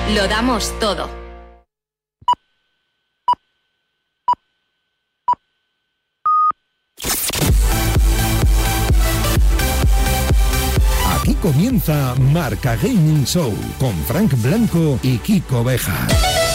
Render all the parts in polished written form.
Lo damos todo. Aquí comienza Marca Gaming Show con Frank Blanco y Kiko Bejar.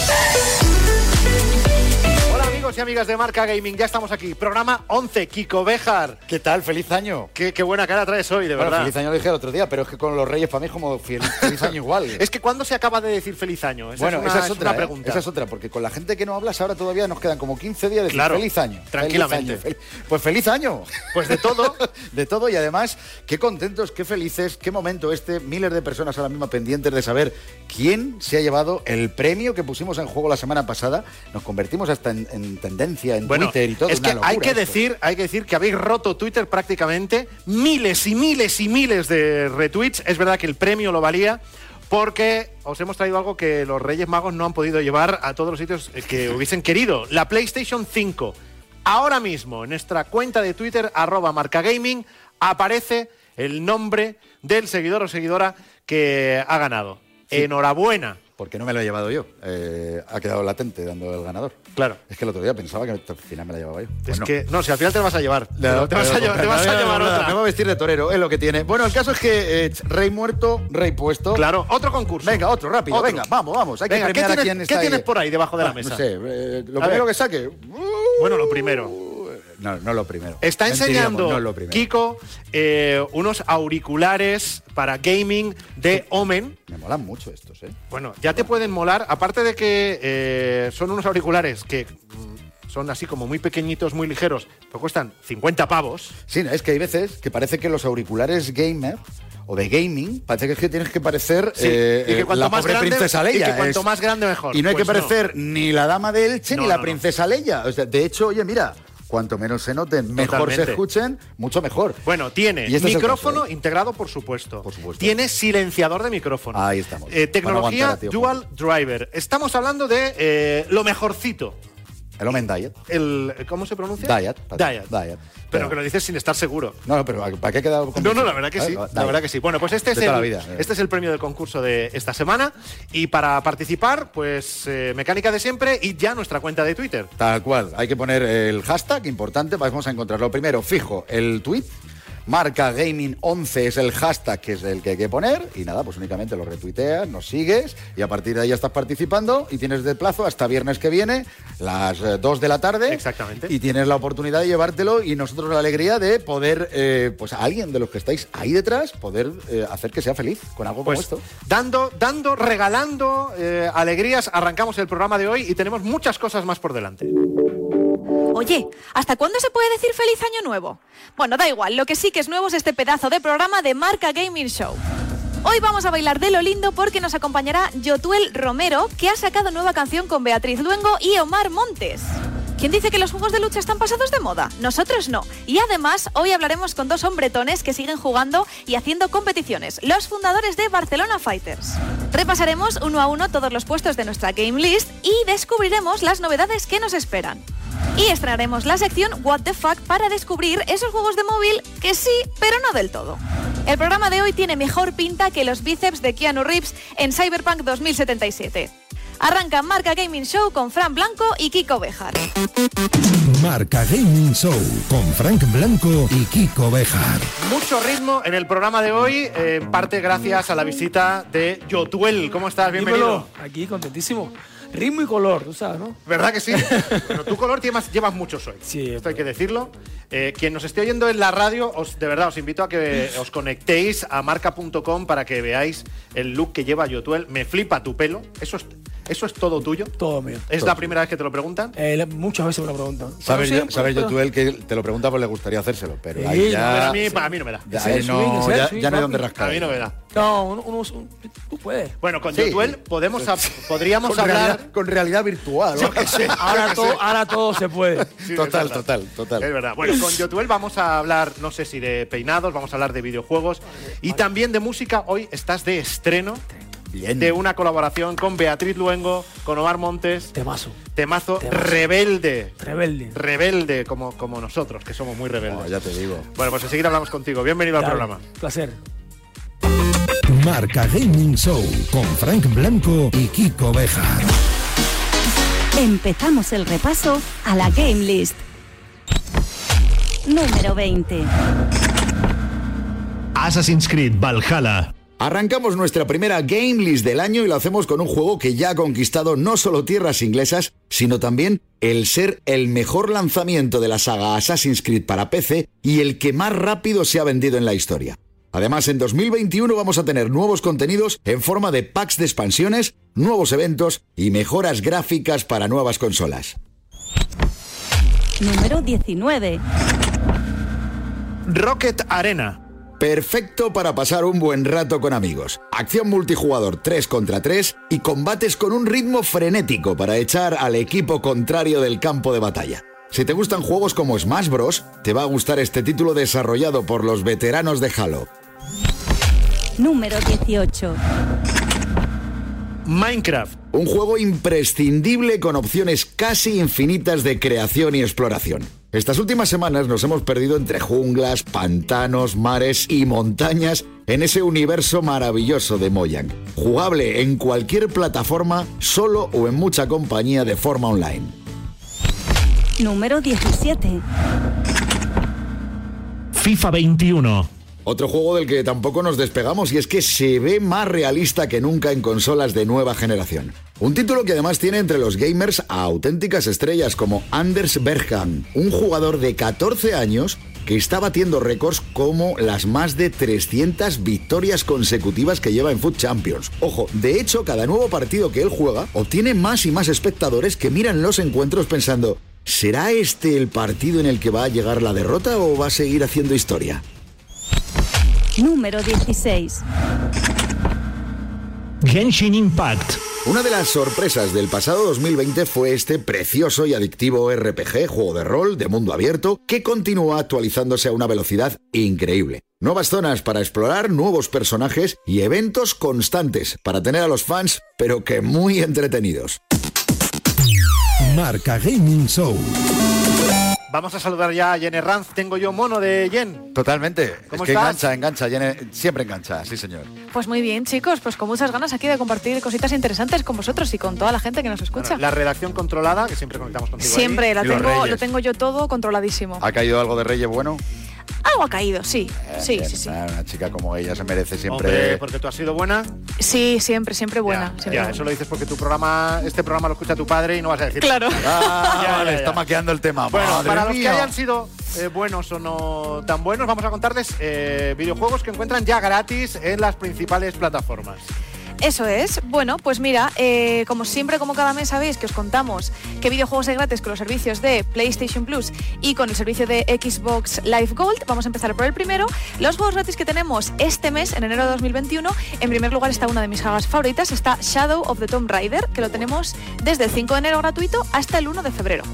Y amigas de Marca Gaming, ya estamos aquí. Programa 11, Kiko Bejar. ¿Qué tal? ¡Feliz año! Qué buena cara traes hoy, de verdad. Feliz año lo dije el otro día, pero es que con los Reyes para mí es como feliz año igual. Es que ¿cuándo se acaba de decir feliz año? Esa es otra pregunta. Esa es otra, porque con la gente que no hablas ahora todavía nos quedan como 15 días de decir feliz año. Tranquilamente. Feliz año. Pues feliz año. Pues de todo. De todo, y además, qué contentos, qué felices, qué momento miles de personas ahora mismo pendientes de saber quién se ha llevado el premio que pusimos en juego la semana pasada. Nos convertimos hasta en tendencia en Twitter y todo. Es que hay que decir que habéis roto Twitter prácticamente, miles y miles y miles de retweets. Es verdad que el premio lo valía porque os hemos traído algo que los Reyes Magos no han podido llevar a todos los sitios que hubiesen querido. La PlayStation 5. Ahora mismo en nuestra cuenta de Twitter, @marcagaming, aparece el nombre del seguidor o seguidora que ha ganado. Sí. Enhorabuena. Porque no me lo he llevado yo. Ha quedado latente dando el ganador. Claro. Es que el otro día pensaba que al final me la llevaba yo. Pues si al final te vas a llevar. Te vas a llevar otra. Me voy a vestir de torero, es lo que tiene. Bueno, el caso es que rey muerto, rey puesto. Claro, otro concurso. Venga, otro, rápido. Otro. Venga, vamos. Hay que premiar a quien está ahí. ¿Qué tienes por ahí debajo de la mesa? No sé, lo primero que saque. Bueno, lo primero. No lo primero. Está enseñando Kiko unos auriculares para gaming de Omen. Me molan mucho estos, Bueno, ya te pueden molar, aparte de que son unos auriculares que son así como muy pequeñitos, muy ligeros, pero cuestan 50 pavos. Sí, es que hay veces que parece que los auriculares gamer o de gaming, parece que tienes que parecer y que la pobre princesa Leia. Y que cuanto más grande mejor. Y no hay que parecer ni la dama de Elche ni la princesa Leia. O sea, de hecho, oye, mira, cuanto menos se noten, mejor se escuchen, mucho mejor. Bueno, tiene micrófono integrado, por supuesto. Tiene silenciador de micrófono. Ahí estamos. Tecnología Dual Driver. Estamos hablando de lo mejorcito. El Omen Diet. ¿Cómo se pronuncia? Diet. Pero que lo dices sin estar seguro. No, pero ¿para qué ha quedado? No, la verdad que sí. La verdad que sí. Bueno, pues este es el premio del concurso de esta semana. Y para participar, pues mecánica de siempre y ya nuestra cuenta de Twitter. Tal cual. Hay que poner el hashtag, importante, vamos a encontrarlo primero. Fijo, el tweet. Marca Gaming 11 es el hashtag que es el que hay que poner y nada, pues únicamente lo retuiteas, nos sigues y a partir de ahí ya estás participando y tienes de plazo hasta viernes que viene, las 2 de la tarde. Exactamente. Y tienes la oportunidad de llevártelo y nosotros la alegría de poder, pues a alguien de los que estáis ahí detrás, poder hacer que sea feliz con algo como esto. Regalando alegrías, arrancamos el programa de hoy y tenemos muchas cosas más por delante. Oye, ¿hasta cuándo se puede decir feliz año nuevo? Bueno, da igual, lo que sí que es nuevo es este pedazo de programa de Marca Gaming Show. Hoy vamos a bailar de lo lindo porque nos acompañará Yotuel Romero, que ha sacado nueva canción con Beatriz Luengo y Omar Montes. ¿Quién dice que los juegos de lucha están pasados de moda? Nosotros no. Y además, hoy hablaremos con dos hombretones que siguen jugando y haciendo competiciones, los fundadores de Barcelona Fighters. Repasaremos uno a uno todos los puestos de nuestra Game List y descubriremos las novedades que nos esperan. Y estrenaremos la sección What the Fuck para descubrir esos juegos de móvil que sí, pero no del todo. El programa de hoy tiene mejor pinta que los bíceps de Keanu Reeves en Cyberpunk 2077. Arranca Marca Gaming Show con Frank Blanco y Kiko Bejar. Marca Gaming Show con Frank Blanco y Kiko Bejar. Mucho ritmo en el programa de hoy, en parte gracias a la visita de Yotuel. ¿Cómo estás? Bienvenido. Dímelo. Aquí, contentísimo. Ritmo y color, tú sabes, ¿no? ¿Verdad que sí? Bueno, tu color llevas muchos hoy. Sí. Esto hay que decirlo. Quien nos esté oyendo en la radio, de verdad, os invito a que os conectéis a marca.com para que veáis el look que lleva Yotuel. Me flipa tu pelo. ¿Eso es todo tuyo? Todo mío. ¿Es todo la primera vez que te lo preguntan? Muchas veces me lo preguntan. Sabes Yotuel que te lo pregunta porque le gustaría hacérselo, pero sí, ahí ya... A mí no me da. Ya no hay donde rascar. A mí no me da. No, tú puedes. Bueno, con Yotuel podríamos hablar... Con realidad virtual. Yo qué sé. Ahora todo se puede. Sí, total. Es verdad. Bueno, con Yotuel vamos a hablar, no sé si de peinados, vamos a hablar de videojuegos y también de música. Hoy estás de estreno. Bien. De una colaboración con Beatriz Luengo, con Omar Montes. Temazo. Rebelde, como nosotros, que somos muy rebeldes. Ya te digo. Bueno, pues enseguida hablamos contigo. Bienvenido al programa. Placer. Marca Gaming Show con Frank Blanco y Kiko Bejar. Empezamos el repaso a la Game List. Número 20. Assassin's Creed Valhalla. Arrancamos nuestra primera Game List del año y lo hacemos con un juego que ya ha conquistado no solo tierras inglesas, sino también el ser el mejor lanzamiento de la saga Assassin's Creed para PC y el que más rápido se ha vendido en la historia. Además, en 2021 vamos a tener nuevos contenidos en forma de packs de expansiones, nuevos eventos y mejoras gráficas para nuevas consolas. Número 19. Rocket Arena. Perfecto para pasar un buen rato con amigos. Acción multijugador 3 contra 3 y combates con un ritmo frenético para echar al equipo contrario del campo de batalla. Si te gustan juegos como Smash Bros, te va a gustar este título desarrollado por los veteranos de Halo. Número 18. Minecraft. Un juego imprescindible con opciones casi infinitas de creación y exploración. Estas últimas semanas nos hemos perdido entre junglas, pantanos, mares y montañas en ese universo maravilloso de Mojang. Jugable en cualquier plataforma, solo o en mucha compañía de forma online. Número 17. FIFA 21. Otro juego del que tampoco nos despegamos y es que se ve más realista que nunca en consolas de nueva generación. Un título que además tiene entre los gamers a auténticas estrellas como Anders Bergkamp, un jugador de 14 años que está batiendo récords como las más de 300 victorias consecutivas que lleva en Foot Champions. Ojo, de hecho, cada nuevo partido que él juega obtiene más y más espectadores que miran los encuentros pensando: ¿será este el partido en el que va a llegar la derrota o va a seguir haciendo historia? Número 16. Genshin Impact. Una de las sorpresas del pasado 2020 fue este precioso y adictivo RPG, juego de rol de mundo abierto, que continúa actualizándose a una velocidad increíble. Nuevas zonas para explorar, nuevos personajes y eventos constantes para tener a los fans, pero que muy entretenidos. Marca Gaming Show. Vamos a saludar ya a Jen Herranz. Tengo yo mono de Jen. Totalmente. ¿Cómo es que estás? engancha, siempre engancha, sí señor. Pues muy bien, chicos, pues con muchas ganas aquí de compartir cositas interesantes con vosotros y con toda la gente que nos escucha. Bueno, la redacción controlada, que siempre conectamos contigo. Siempre ahí. lo tengo yo todo controladísimo. ¿Ha caído algo de Reyes bueno? Algo ha caído, sí. Sí. Una chica como ella se merece siempre... Hombre, porque tú has sido buena. Sí, siempre buena. Ya, siempre buena. eso lo dices porque este programa lo escucha tu padre y no vas a decir. Claro. Vale, está maquillando el tema. Bueno, Madre para los mía. que hayan sido buenos o no tan buenos, vamos a contarles videojuegos que encuentran ya gratis en las principales plataformas. Eso es. Bueno, pues mira, como siempre, como cada mes sabéis que os contamos qué videojuegos hay gratis con los servicios de PlayStation Plus y con el servicio de Xbox Live Gold. Vamos a empezar por el primero. Los juegos gratis que tenemos este mes, en enero de 2021, en primer lugar está una de mis sagas favoritas, está Shadow of the Tomb Raider, que lo tenemos desde el 5 de enero gratuito hasta el 1 de febrero.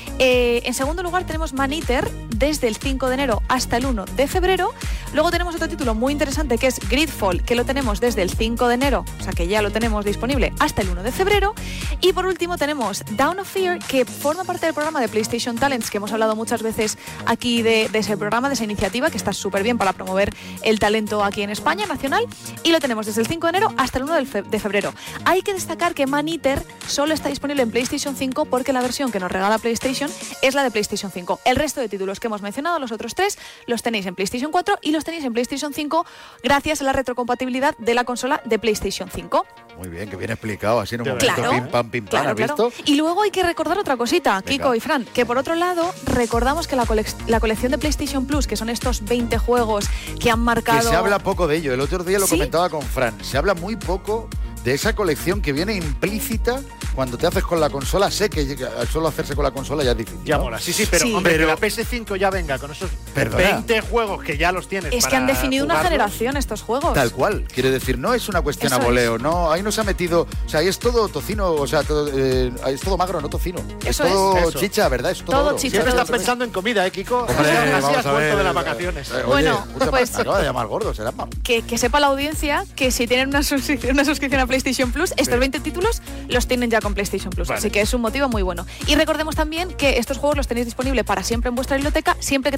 En segundo lugar tenemos Man Eater desde el 5 de enero hasta el 1 de febrero. Luego tenemos otro título muy interesante que es Gridfall, que lo tenemos desde el 5 de enero, o sea que ya lo tenemos disponible hasta el 1 de febrero. Y por último tenemos Dawn of Fear, que forma parte del programa de PlayStation Talents, que hemos hablado muchas veces aquí de ese programa, de esa iniciativa, que está súper bien para promover el talento aquí en España, nacional. Y lo tenemos desde el 5 de enero hasta el 1 de febrero. Hay que destacar que Man Eater solo está disponible en PlayStation 5 porque la versión que nos regala PlayStation es la de PlayStation 5. El resto de títulos que hemos mencionado, los otros tres, los tenéis en PlayStation 4 y los tenéis en PlayStation 5 gracias a la retrocompatibilidad de la consola de PlayStation 5. Muy bien, que bien explicado, así en un momento, Claro, pim pam, ¿has visto? Y luego hay que recordar otra cosita, Kiko y Fran, que por otro lado, recordamos que la colección de PlayStation Plus, que son estos 20 juegos que han marcado... Que se habla poco de ello, el otro día lo ¿Sí? comentaba con Fran, se habla muy poco de esa colección que viene implícita cuando te haces con la consola. Sé que solo hacerse con la consola ya es difícil, Ya ¿no? mola, sí, pero Sí. hombre, que la PS5 ya venga con esos Perdona. 20 juegos que ya los tienes. Es que para han definido una jugarlos. generación estos juegos. Tal cual, quiere decir, no es una cuestión Eso a voleo, no, ahí no se ha metido, o sea, ahí es todo tocino, o sea, es todo magro, no tocino. Eso es todo es. Eso. chicha, ¿verdad? Es todo, Todo oro. chicha, Siempre todo estás pensando en comida, Kiko. Hombre, Así vamos has a vuelto ver. de las vacaciones. Oye, Bueno, escucha, pues- me acaba de llamar gordo, será más. Que sepa la audiencia que si tienen una suscripción a PlayStation Plus, estos 20 títulos los tienen ya con PlayStation Plus. Vale. Así que es un motivo muy bueno. Y recordemos también que estos juegos los tenéis disponibles para siempre en vuestra biblioteca, siempre que tengáis activo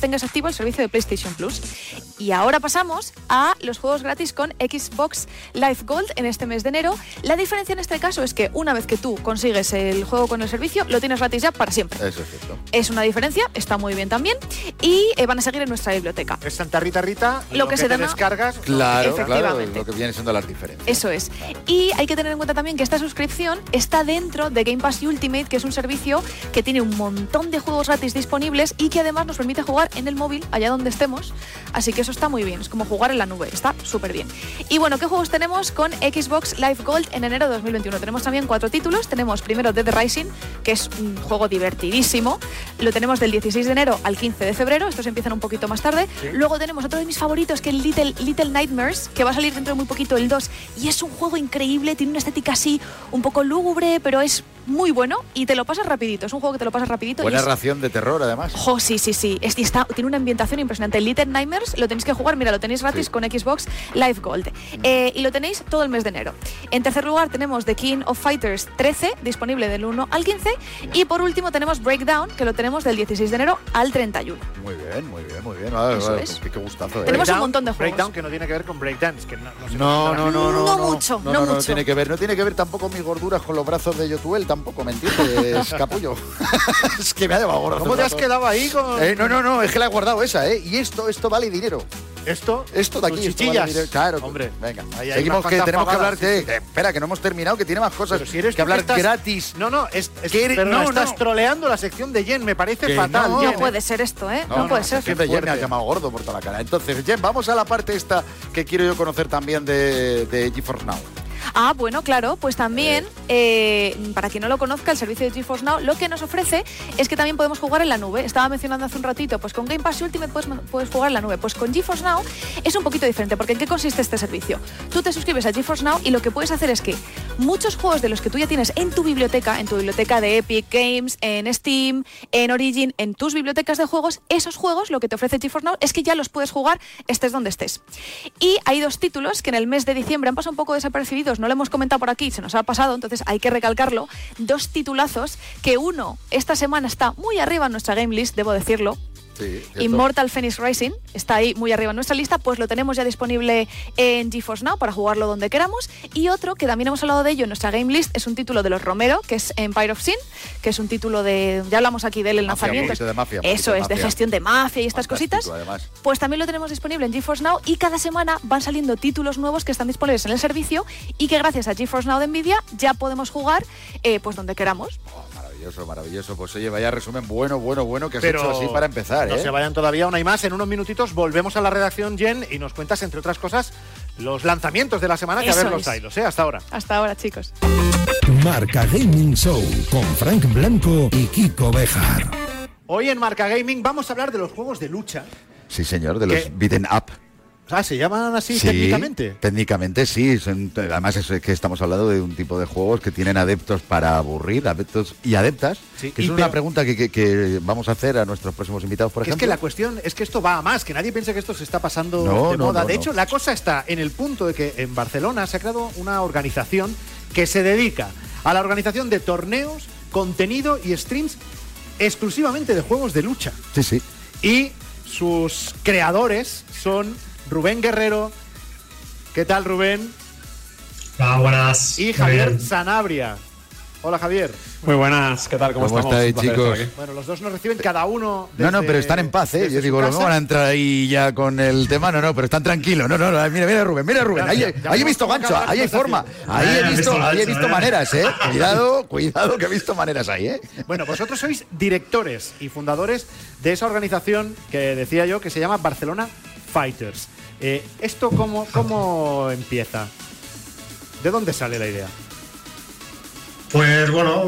el servicio de PlayStation Plus. Y ahora pasamos a los juegos gratis con Xbox Live Gold en este mes de enero. La diferencia en este caso es que una vez que tú consigues el juego con el servicio, lo tienes gratis ya para siempre. Eso es cierto. Es una diferencia, está muy bien también. Y van a seguir en nuestra biblioteca. Es Santa Rita, lo que se te llama descargas. Claro, efectivamente. lo que vienen siendo las diferencias. Eso es. Y hay que tener en cuenta también que esta suscripción está dentro de Game Pass Ultimate, que es un servicio que tiene un montón de juegos gratis disponibles y que además nos permite jugar en el móvil, allá donde estemos. Así que eso está muy bien, es como jugar en la nube, está súper bien. Y bueno, ¿qué juegos tenemos con Xbox Live Gold en enero de 2021? Tenemos también 4 títulos. Tenemos primero Dead Rising, que es un juego divertidísimo. Lo tenemos del 16 de enero al 15 de febrero. Estos empiezan un poquito más tarde. ¿Sí? Luego tenemos otro de mis favoritos, que es Little Nightmares, que va a salir dentro de muy poquito, el 2. Y es un juego increíble, tiene una estética así un poco lúgubre, pero es muy bueno y te lo pasas rapidito. Es un juego que te lo pasas rapidito. Buena ración de terror, además. Oh, sí. Tiene una ambientación impresionante. Little Nightmares lo tenéis que jugar, mira, lo tenéis gratis con Xbox Live Gold. Y lo tenéis todo el mes de enero. En tercer lugar tenemos The King of Fighters 13, disponible del 1 al 15. Y por último tenemos Breakdown, que lo tenemos del 16 de enero al 31. Muy bien. Eso es. Qué gustazo. Tenemos un montón de juegos. Breakdown, que no tiene que ver con Breakdance, que no mucho. No tiene que ver. No tiene que ver tampoco mis gorduras con los brazos de Yotuel, tampoco, ¿me entiendes, capullo? Es que me ha llevado gordo. ¿Cómo te has quedado ahí con...? No, es que la he guardado esa, ¿eh? Y esto vale dinero. ¿Esto de aquí, chichillas. Vale, claro, hombre. Venga, ahí seguimos, que tenemos que hablar de... espera, que no hemos terminado, que tiene más cosas que hablar gratis. Estás troleando la sección de Jen, me parece fatal. No puede ser esto, ¿eh? No puede ser. Siempre Jen me ha llamado gordo por toda la cara. Entonces, Jen, vamos a la parte esta que quiero yo conocer también de GeForce Now. Ah, bueno, claro, pues también, para quien no lo conozca, el servicio de GeForce Now lo que nos ofrece es que también podemos jugar en la nube. Estaba mencionando hace un ratito, pues con Game Pass Ultimate puedes jugar en la nube. Pues con GeForce Now es un poquito diferente, porque ¿en qué consiste este servicio? Tú te suscribes a GeForce Now y lo que puedes hacer es que muchos juegos de los que tú ya tienes en tu biblioteca de Epic Games, en Steam, en Origin, en tus bibliotecas de juegos, esos juegos, lo que te ofrece GeForce Now es que ya los puedes jugar estés donde estés. Y hay 2 títulos que en el mes de diciembre han pasado un poco desapercibidos, no lo hemos comentado por aquí, se nos ha pasado, entonces hay que recalcarlo. 2 titulazos, que uno esta semana está muy arriba en nuestra game list, debo decirlo. Sí, Immortal Phoenix Rising está ahí muy arriba en nuestra lista, pues lo tenemos ya disponible en GeForce Now para jugarlo donde queramos. Y otro que también hemos hablado de ello en nuestra game list es un título de los Romero, que es Empire of Sin, que es un título de, ya hablamos aquí de él, el lanzamiento, de mafia, eso es, de gestión de mafia y estas cositas. Además. Pues también lo tenemos disponible en GeForce Now y cada semana van saliendo títulos nuevos que están disponibles en el servicio y que gracias a GeForce Now de Nvidia ya podemos jugar pues donde queramos. Maravilloso. Pues oye, vaya resumen bueno que has hecho así para empezar. No se vayan todavía, aún hay más. En unos minutitos volvemos a la redacción, Jen, y nos cuentas, entre otras cosas, los lanzamientos de la semana, que a ver los hilos, hasta ahora. Hasta ahora, chicos. Marca Gaming Show con Frank Blanco y Kiko Bejar. Hoy en Marca Gaming vamos a hablar de los juegos de lucha. Sí, señor, de los beaten up. Ah, ¿se llaman así técnicamente? Técnicamente sí. Además es que estamos hablando de un tipo de juegos que tienen adeptos para aburrir, adeptos y adeptas. Sí, que es una pregunta que vamos a hacer a nuestros próximos invitados, por ejemplo. Es que la cuestión es que esto va a más, que nadie piense que esto se está pasando de moda. De hecho, la cosa está en el punto de que en Barcelona se ha creado una organización que se dedica a la organización de torneos, contenido y streams exclusivamente de juegos de lucha. Sí. Y sus creadores son Rubén Guerrero. ¿Qué tal, Rubén? Hola, buenas. Y Javier Sanabria. Hola, Javier. Muy buenas, ¿qué tal? ¿Cómo estamos? estáis, chicos? Bueno, los dos nos reciben cada uno desde, no, pero están en paz, ¿eh? Yo digo, no van a entrar ahí ya con el tema, no, pero están tranquilos. No, mira Rubén. Ahí he visto gancho, ahí hay forma. Ahí he visto maneras, ¿eh? Cuidado que he visto maneras ahí, ¿eh? Bueno, vosotros sois directores y fundadores de esa organización que decía yo, que se llama Barcelona Fighters. ¿Esto cómo empieza? ¿De dónde sale la idea? Pues bueno,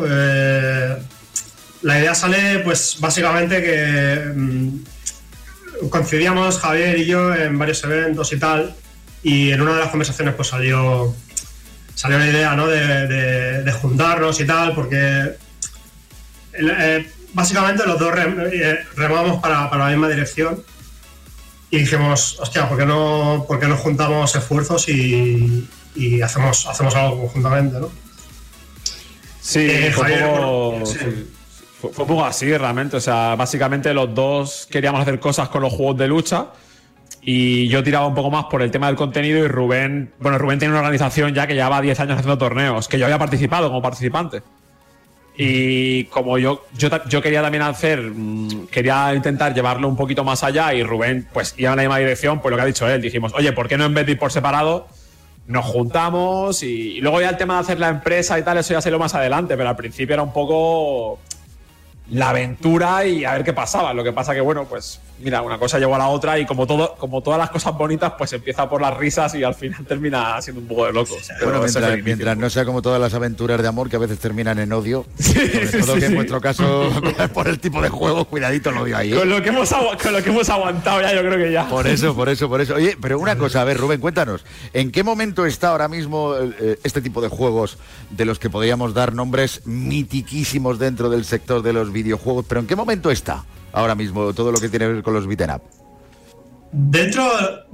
la idea sale pues básicamente que coincidíamos Javier y yo en varios eventos y tal, y en una de las conversaciones pues salió la idea, ¿no? de juntarnos y tal, porque básicamente los dos remamos para la misma dirección. Y dijimos, hostia, ¿por qué no juntamos esfuerzos y hacemos algo conjuntamente, ¿no? Sí, Javier, poco, sí. Fue un poco así, realmente. O sea, básicamente los dos queríamos hacer cosas con los juegos de lucha y yo tiraba un poco más por el tema del contenido y Rubén tiene una organización ya que llevaba 10 años haciendo torneos, que yo había participado como participante. Y como yo quería también quería intentar llevarlo un poquito más allá y Rubén pues iba en la misma dirección, pues lo que ha dicho él, dijimos, oye, ¿por qué no en vez de ir por separado nos juntamos? Y luego ya el tema de hacer la empresa y tal, eso ya salió más adelante, pero al principio era un poco la aventura y a ver qué pasaba. Lo que pasa que, bueno, pues mira, una cosa llevó a la otra y como todas las cosas bonitas, pues empieza por las risas y al final termina siendo un poco de locos. Bueno, mientras no sea como todas las aventuras de amor que a veces terminan en odio, sobre todo que en vuestro caso, por el tipo de juego, cuidadito el odio ahí. Con lo que hemos aguantado ya, yo creo que ya. Por eso. Oye, pero una cosa, a ver, Rubén, cuéntanos, ¿en qué momento está ahora mismo este tipo de juegos de los que podríamos dar nombres mitiquísimos dentro del sector de los videojuegos? ¿Pero en qué momento está ahora mismo todo lo que tiene que ver con los beat'em up? Dentro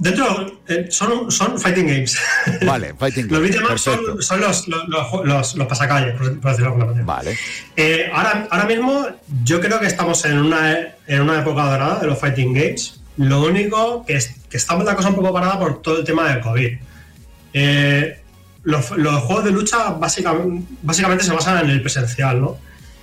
son fighting games. Vale, fighting games. Los beat'em up son los pasacalles, por decirlo de alguna manera. Vale. Ahora mismo yo creo que estamos en una época dorada de los fighting games. Lo único que está la cosa un poco parada por todo el tema del COVID. Los juegos de lucha básicamente se basan en el presencial, ¿no?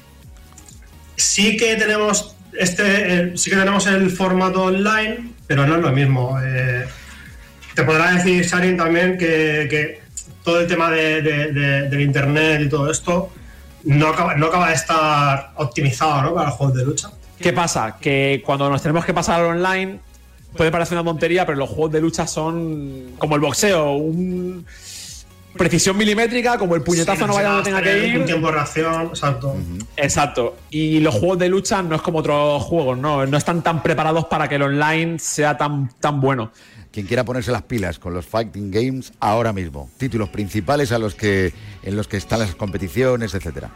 Sí que tenemos el formato online, pero no es lo mismo. Te podrá decir Sharin también que todo el tema del internet y todo esto no acaba de estar optimizado, ¿no?, para los juegos de lucha. ¿Qué pasa? Que cuando nos tenemos que pasar al online puede parecer una tontería, pero los juegos de lucha son como el boxeo, precisión milimétrica, como el puñetazo no vaya donde tenga que ir. Un tiempo de reacción, exacto. Exacto. Y los juegos de lucha no es como otros juegos, no están tan preparados para que el online sea tan bueno. Quien quiera ponerse las pilas con los fighting games ahora mismo, títulos principales en los que están las competiciones, etcétera.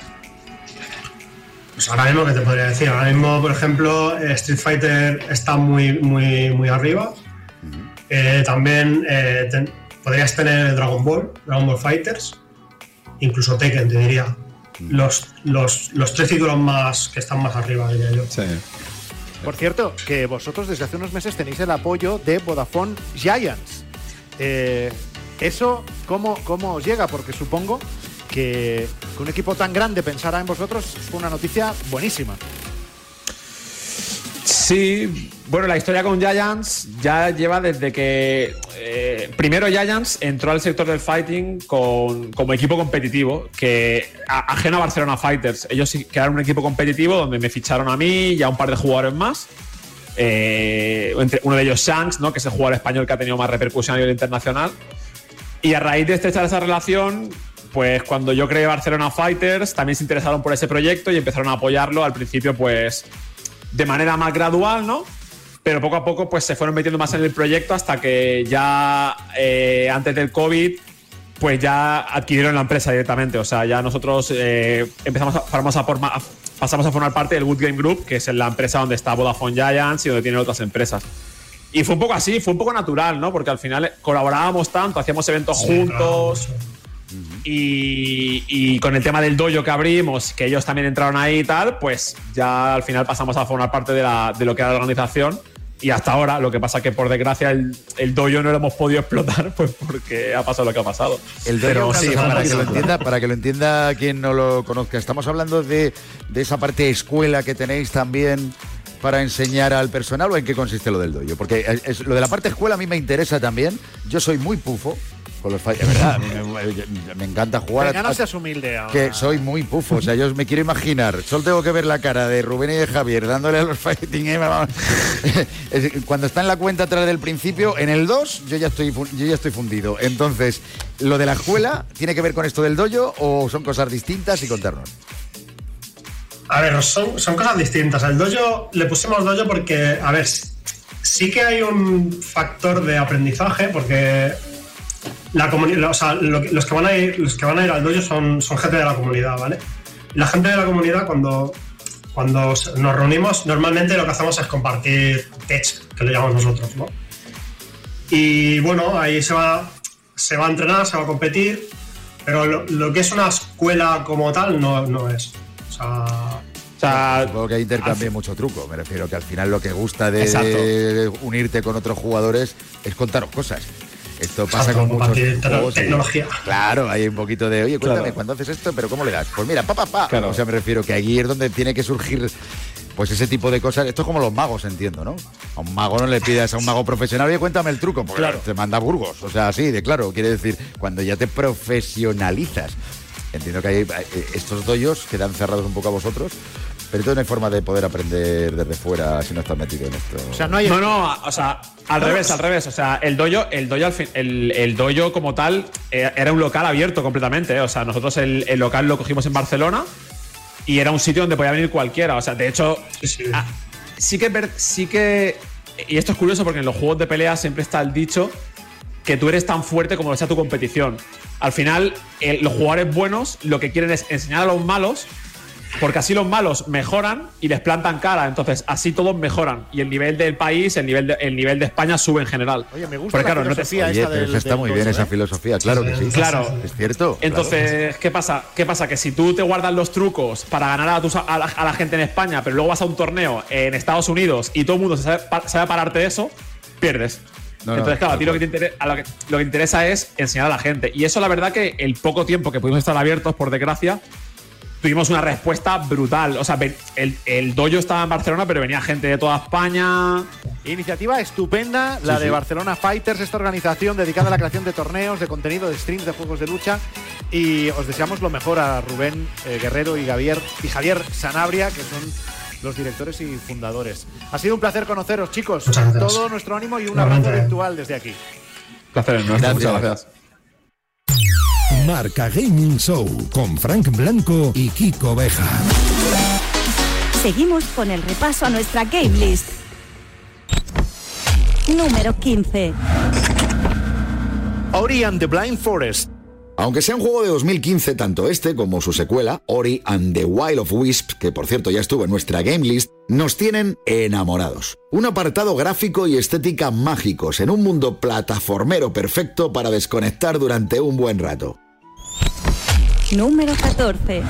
Pues ahora mismo, ¿qué te podría decir? Ahora mismo, por ejemplo, Street Fighter está muy arriba. También podrías tener Dragon Ball Fighters, incluso Tekken, te diría. Los 3 títulos que están más arriba, diría yo. Sí. Por cierto, que vosotros desde hace unos meses tenéis el apoyo de Vodafone Giants. ¿Eso cómo os llega? Porque supongo que un equipo tan grande pensara en vosotros fue una noticia buenísima. Sí, bueno, la historia con Giants ya lleva desde que primero Giants entró al sector del fighting como equipo competitivo, que ajeno a Barcelona Fighters. Ellos crearon un equipo competitivo donde me ficharon a mí y a un par de jugadores más. Uno de ellos Shanks, ¿no?, que es el jugador español que ha tenido más repercusión a nivel internacional. Y a raíz de estrechar esa relación, pues cuando yo creé Barcelona Fighters, también se interesaron por ese proyecto y empezaron a apoyarlo. Al principio, pues de manera más gradual, ¿no? Pero poco a poco pues se fueron metiendo más en el proyecto hasta que ya antes del COVID pues ya adquirieron la empresa directamente. O sea, ya nosotros pasamos a formar parte del Good Game Group, que es la empresa donde está Vodafone Giants y donde tienen otras empresas. Y fue un poco así, fue un poco natural, ¿no? Porque al final colaborábamos tanto, hacíamos eventos juntos. Y con el tema del dojo que abrimos, que ellos también entraron ahí y tal, pues ya al final pasamos a formar parte de lo que era la organización. Y hasta ahora, lo que pasa que por desgracia el dojo no lo hemos podido explotar, pues porque ha pasado lo que ha pasado. El dojo, sí, para que lo entienda quien no lo conozca, estamos hablando de esa parte escuela que tenéis también para enseñar al personal, ¿o en qué consiste lo del dojo? Porque lo de la parte escuela a mí me interesa también. Yo soy muy pufo con los fighting, de verdad, me encanta jugar. Pero no seas humilde ahora. Que soy muy pufo, o sea, yo me quiero imaginar, solo tengo que ver la cara de Rubén y de Javier dándole a los fighting cuando está en la cuenta atrás del principio, en el 2 yo ya estoy fundido. Entonces, ¿lo de la escuela tiene que ver con esto del dojo o son cosas distintas? Y contarnos. A ver, son cosas distintas. El dojo, le pusimos dojo porque, a ver, sí que hay un factor de aprendizaje, porque la comunidad, o sea, los que van a ir al dojo son gente de la comunidad, ¿vale? La gente de la comunidad, cuando nos reunimos, normalmente lo que hacemos es compartir tech, que lo llamamos nosotros, ¿no? Y bueno, ahí se va a entrenar, se va a competir, pero lo que es una escuela como tal no es. O sea, O sea, supongo que intercambia mucho truco. Me refiero que al final lo que gusta de unirte con otros jugadores es contaros cosas. Esto pasa con muchos juegos. Tecnología. Claro, hay un poquito de, oye, cuéntame, ¿cuándo haces esto? ¿Pero cómo le das? Pues mira, Claro. O sea, me refiero que aquí es donde tiene que surgir pues ese tipo de cosas. Esto es como los magos, entiendo, ¿no? A un mago no le pidas a un mago profesional, oye, cuéntame el truco, porque te manda Burgos. O sea, así de claro, quiere decir, cuando ya te profesionalizas. Entiendo que hay estos doyos quedan cerrados un poco a vosotros. Pero entonces no hay forma de poder aprender desde fuera si no estás metido en esto. O sea, no hay... o sea, al revés. O sea, el dojo como tal era un local abierto completamente. O sea, nosotros el local lo cogimos en Barcelona y era un sitio donde podía venir cualquiera. O sea, de hecho, sí que y esto es curioso porque en los juegos de pelea siempre está el dicho que tú eres tan fuerte como lo sea tu competición. Al final, los jugadores buenos lo que quieren es enseñar a los malos, porque así los malos mejoran y les plantan cara. Entonces, así todos mejoran. Y el nivel del país, el nivel de España sube en general. Oye, me gusta la filosofía esta del... Está muy bien esa filosofía, claro que sí. Claro. Es cierto. Entonces, ¿qué pasa? Que si tú te guardas los trucos para ganar a la gente en España, pero luego vas a un torneo en Estados Unidos y todo el mundo sabe pararte de eso, pierdes. Entonces, claro, a ti lo que interesa es enseñar a la gente. Y eso, la verdad, que el poco tiempo que pudimos estar abiertos, por desgracia, tuvimos una respuesta brutal. O sea, el dojo estaba en Barcelona, pero venía gente de toda España. Iniciativa estupenda, la de Barcelona Fighters, esta organización dedicada a la creación de torneos, de contenido, de streams, de juegos de lucha. Y os deseamos lo mejor a Rubén Guerrero y Javier Sanabria, que son los directores y fundadores. Ha sido un placer conoceros, chicos. Todo nuestro ánimo y un abrazo virtual desde aquí. Placer nuestro. Muchas gracias. Marca Gaming Show con Frank Blanco y Kiko Beja. Seguimos con el repaso a nuestra Game List. Número 15. Ori and the Blind Forest. Aunque sea un juego de 2015, tanto este como su secuela, Ori and the Will of Wisps, que por cierto ya estuvo en nuestra Game List, nos tienen enamorados. Un apartado gráfico y estética mágicos en un mundo plataformero perfecto para desconectar durante un buen rato. Número 14.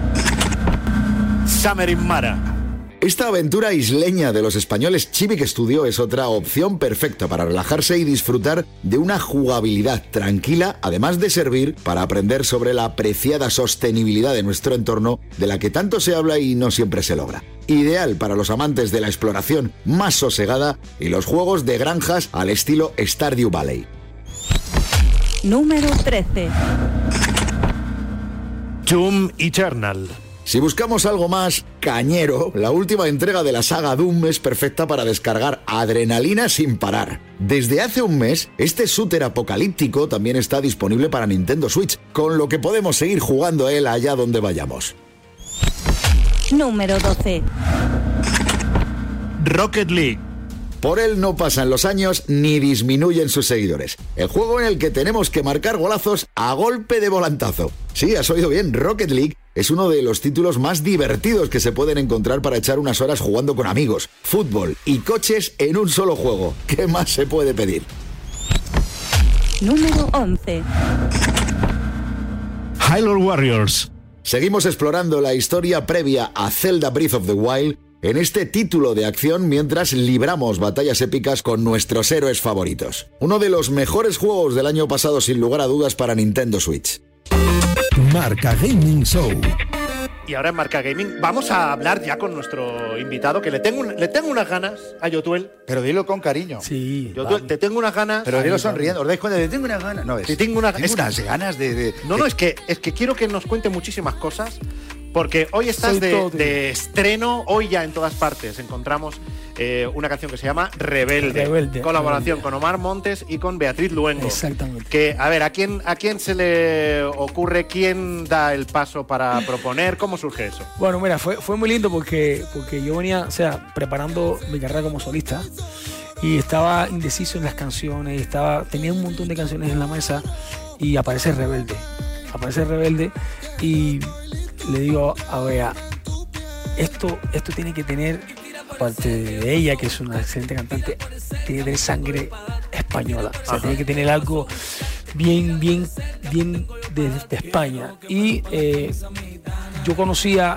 Summer in Mara. Esta aventura isleña de los españoles Chibic Studio es otra opción perfecta para relajarse y disfrutar de una jugabilidad tranquila, además de servir para aprender sobre la apreciada sostenibilidad de nuestro entorno, de la que tanto se habla y no siempre se logra. Ideal para los amantes de la exploración más sosegada y los juegos de granjas al estilo Stardew Valley. Número 13. Doom Eternal. Si buscamos algo más cañero, la última entrega de la saga Doom es perfecta para descargar adrenalina sin parar. Desde hace un mes, este shooter apocalíptico también está disponible para Nintendo Switch, con lo que podemos seguir jugando a él allá donde vayamos. Número 12. Rocket League. Por él no pasan los años ni disminuyen sus seguidores. El juego en el que tenemos que marcar golazos a golpe de volantazo. Sí, has oído bien, Rocket League es uno de los títulos más divertidos que se pueden encontrar para echar unas horas jugando con amigos, fútbol y coches en un solo juego. ¿Qué más se puede pedir? Número 11. Hyrule Warriors. Seguimos explorando la historia previa a Zelda Breath of the Wild en este título de acción mientras libramos batallas épicas con nuestros héroes favoritos. Uno de los mejores juegos del año pasado sin lugar a dudas para Nintendo Switch. Marca Gaming Show. Y ahora en Marca Gaming vamos a hablar ya con nuestro invitado, que le tengo unas ganas a Yotuel. Pero dilo con cariño. Sí. Yotuel, te tengo unas ganas. Pero dilo sonriendo. ¿Os dais cuenta? Te tengo unas ganas. No, tengo unas ganas de... No, es que quiero que nos cuente muchísimas cosas. Porque hoy estás de estreno, hoy ya en todas partes encontramos una canción que se llama Rebelde. Colaboración con Omar Montes y con Beatriz Luengo. Exactamente. Que, a ver, ¿a quién se le ocurre? ¿Quién da el paso para proponer? ¿Cómo surge eso? Bueno, mira, fue muy lindo porque yo venía, preparando mi carrera como solista y estaba indeciso en las canciones, tenía un montón de canciones en la mesa y aparece Rebelde y le digo a Bea, esto tiene que tener, aparte de ella, que es una excelente cantante, tiene que tener sangre española. O sea, tiene que tener algo bien de España. Y yo conocía,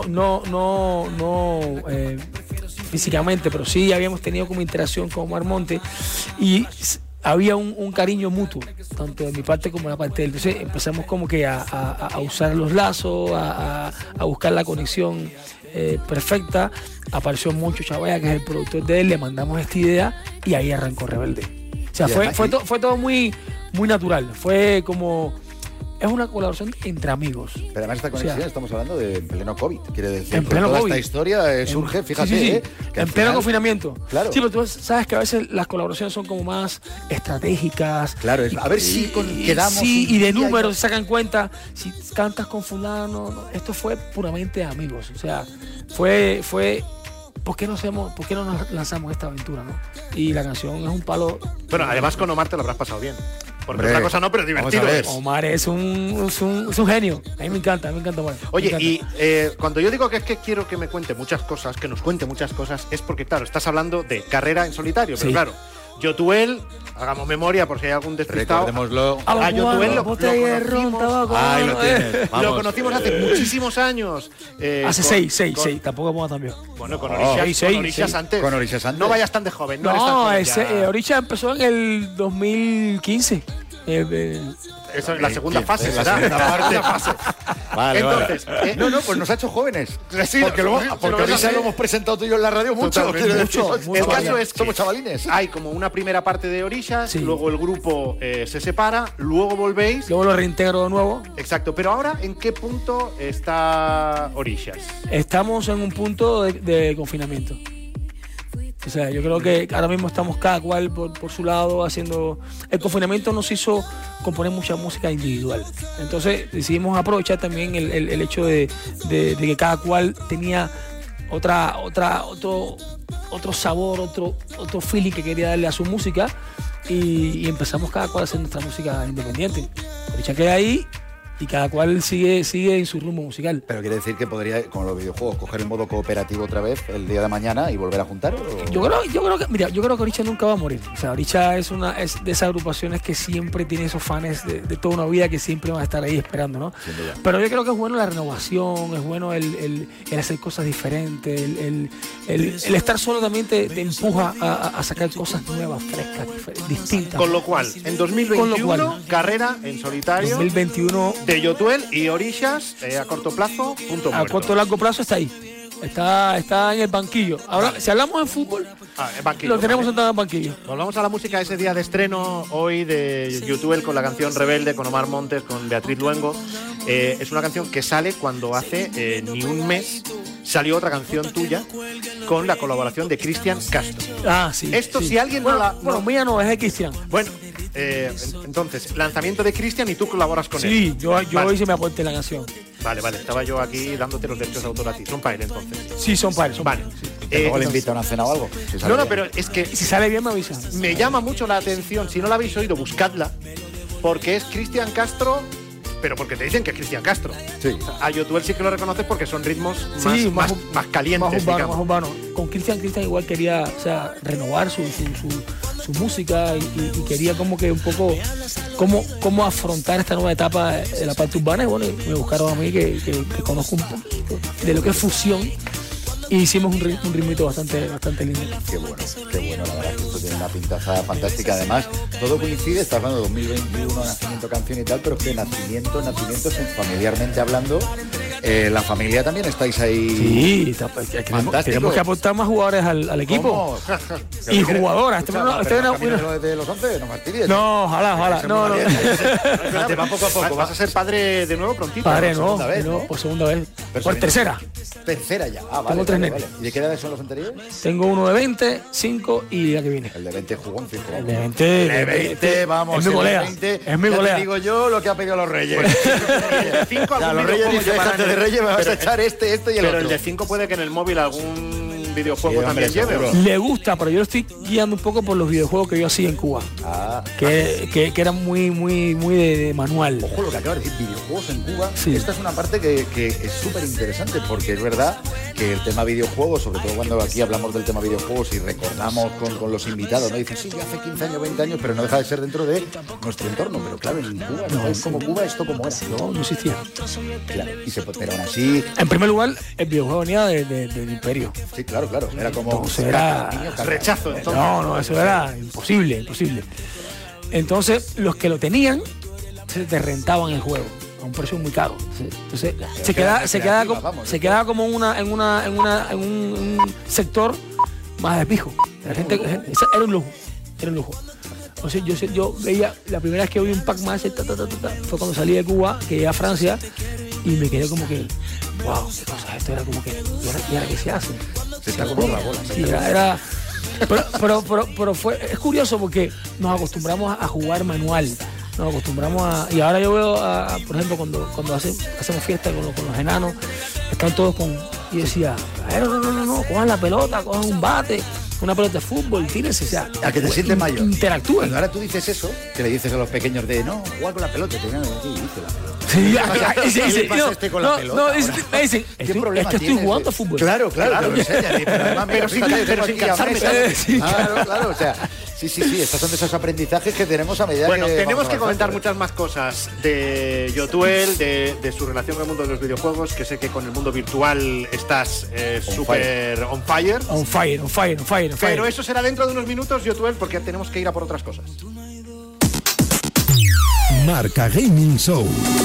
físicamente, pero sí habíamos tenido como interacción con Omar Montes y había un cariño mutuo, tanto de mi parte como de la parte de él. Entonces empezamos como que a usar los lazos, a buscar la conexión perfecta. Apareció Moncho Chavaya, que es el productor de él, le mandamos esta idea y ahí arrancó Rebelde. O sea, fue todo muy, muy natural. Fue como... Es una colaboración entre amigos. Pero además esta conexión estamos hablando de pleno COVID. Quiere decir, en pleno toda COVID. esta historia surge, fíjate, sí. que en pleno confinamiento. Claro. Sí, pero tú sabes que a veces las colaboraciones son como más estratégicas. Claro, a ver si quedamos. Sí, y de números se sacan cuenta. Si cantas con fulano, no. Esto fue puramente amigos. O sea, fue ¿por qué no nos lanzamos esta aventura, no? Y la canción es un palo. Bueno, además con Omar te lo habrás pasado bien. Porque otra cosa no, pero divertido es. Omar es un genio. A mí me encanta Omar. Oye, y cuando yo digo que es que quiero que me cuente muchas cosas, que nos cuente muchas cosas, es porque, claro, estás hablando de carrera en solitario, pero claro, Yotuel, hagamos memoria por si hay algún despistado. Recordémoslo. A Yotuel lo conocimos hace muchísimos años. Hace seis, tampoco vamos tan bien. Bueno, con Orishas antes. Con Orishas antes. No vayas tan de joven. Orishas empezó en el 2015. Eso es la segunda fase, ¿verdad? La fase. Vale, entonces, no, pues nos ha hecho jóvenes. Sí, porque ahorita lo hemos presentado tú y yo en la radio mucho. El caso es que somos chavalines. Hay como una primera parte de Orishas, luego el grupo se separa, luego volvéis. Luego lo reintegro de nuevo. Exacto, pero ahora, ¿en qué punto está Orishas? Estamos en un punto de confinamiento. O sea, yo creo que ahora mismo estamos cada cual por su lado haciendo... El confinamiento nos hizo componer mucha música individual. Entonces decidimos aprovechar también el hecho de que cada cual tenía otro sabor, otro feeling que quería darle a su música y empezamos cada cual a hacer nuestra música independiente. Oricha queda ahí y cada cual sigue en su rumbo musical. Pero quiere decir que podría, como los videojuegos, coger el modo cooperativo otra vez el día de mañana y volver a juntar. ¿O? Yo creo que Oricha nunca va a morir. O sea, Oricha es de esas agrupaciones que siempre tiene esos fans de toda una vida que siempre van a estar ahí esperando, ¿no? Pero yo creo que es bueno la renovación, es bueno el hacer cosas diferentes, el estar solo también te empuja a sacar cosas nuevas, frescas, distintas. Con lo cual, en 2021, carrera en solitario. 2021 de Yotuel y Orishas a corto plazo, punto muerto. A corto largo plazo está ahí. Está en el banquillo. Ahora, si hablamos de fútbol, lo tenemos sentado en el banquillo. Volvamos a la música ese día de estreno hoy de Yotuel con la canción Rebelde, con Omar Montes, con Beatriz Luengo. Es una canción que sale cuando hace ni un mes salió otra canción tuya con la colaboración de Cristian Castro. Ah, sí. Esto, sí. Si alguien Bueno, mía no, es de Cristian. Bueno, entonces, lanzamiento de Cristian y tú colaboras con él. Sí, yo hice mi aporte en la canción. Vale, estaba yo aquí dándote los derechos de autor a ti. Son para él, entonces. Sí, son para él. Vale. Luego le invito a una cena o algo. Pero es que... Si sale bien me avisa. Me llama mucho la atención, si no la habéis oído, buscadla, porque es Cristian Castro, pero porque te dicen que es Cristian Castro. Sí. A Yotuel sí que lo reconoces porque son ritmos más calientes, más urbanos. Con Cristian igual quería, renovar su música y quería como que un poco cómo afrontar esta nueva etapa de la parte urbana. Y bueno, me buscaron a mí que conozco un poquito de lo que es fusión. Y hicimos un ritmito bastante lindo. Qué bueno, la verdad que esto tiene una pintaza fantástica. Además, todo coincide, está hablando de 2021, nacimiento, canción y tal, pero que nacimientos, familiarmente hablando, la familia también estáis ahí. Sí, tenemos que aportar más jugadores al equipo. Y jugadoras. ¿De los 11? No martiries. No, ojalá. No. Te va poco a poco. Vas a ser padre de nuevo prontito. Padre, por segunda vez. Por tercera. Tercera ya. Vale. ¿Y de qué edades son los anteriores? Tengo uno de 20, 5 y la que viene. El de 20 jugó un 5. El de 20, vamos. Es mi golea. Es mi golea. Te digo yo lo que ha pedido los Reyes. El 5 los Reyes dicen, de Reyes me vas a echar este y el otro. Pero el de 5 puede que en el móvil algún videojuego también lleve. Le gusta, pero yo lo estoy guiando un poco por los videojuegos que yo hacía en Cuba. Que eran muy de manual. Ojo lo que acabas de decir, videojuegos en Cuba. Sí. Esta es una parte que es súper interesante, porque es verdad que el tema videojuegos, sobre todo cuando aquí hablamos del tema videojuegos y recordamos con los invitados, ¿no? Dicen, sí, ya hace 15 años, 20 años, pero no deja de ser dentro de nuestro entorno. Pero claro, en Cuba, no es como Cuba, esto como era. No existía. Claro, pero aún así... En primer lugar, el videojuego venía del imperio. Sí, claro. Era como... Entonces era... Rechazo, entonces. No, eso era imposible. Entonces, los que lo tenían, se te rentaban el juego a un precio muy caro. Entonces, se quedaba como en un sector más de pijo. La gente era un lujo. Entonces yo veía, la primera vez que vi un Pac-Man fue cuando salí de Cuba, que llegué a Francia, y me quedé como que, wow, qué cosa, esto era como que, ¿y ahora qué se hace? Se está comiendo la bola. Sí, pero es curioso porque nos acostumbramos a jugar manual. Nos acostumbramos y ahora yo veo, por ejemplo, cuando hacemos fiesta con los enanos, están todos y decía, no, cojan la pelota, cojan un bate, una pelota de fútbol, tírense, o sea, a que te sientes mayor. Interactúen. Cuando ahora tú dices eso, que le dices a los pequeños no, jugar con la pelota, te vienen aquí y dice la pelota. Sí, ¿Qué le pasa con la pelota? Me dicen, estoy jugando a fútbol. Claro, lo enseñan, pero sin cansarme. Claro, o sea, sí, estos son de esos aprendizajes que tenemos a medida bueno, que... tenemos que comentar muchas más cosas de Yotuel, de su relación con el mundo de los videojuegos, que sé que con el mundo virtual estás súper on fire. On fire. Pero eso será dentro de unos minutos, Yotuel, porque tenemos que ir a por otras cosas. Marca Gaming Show.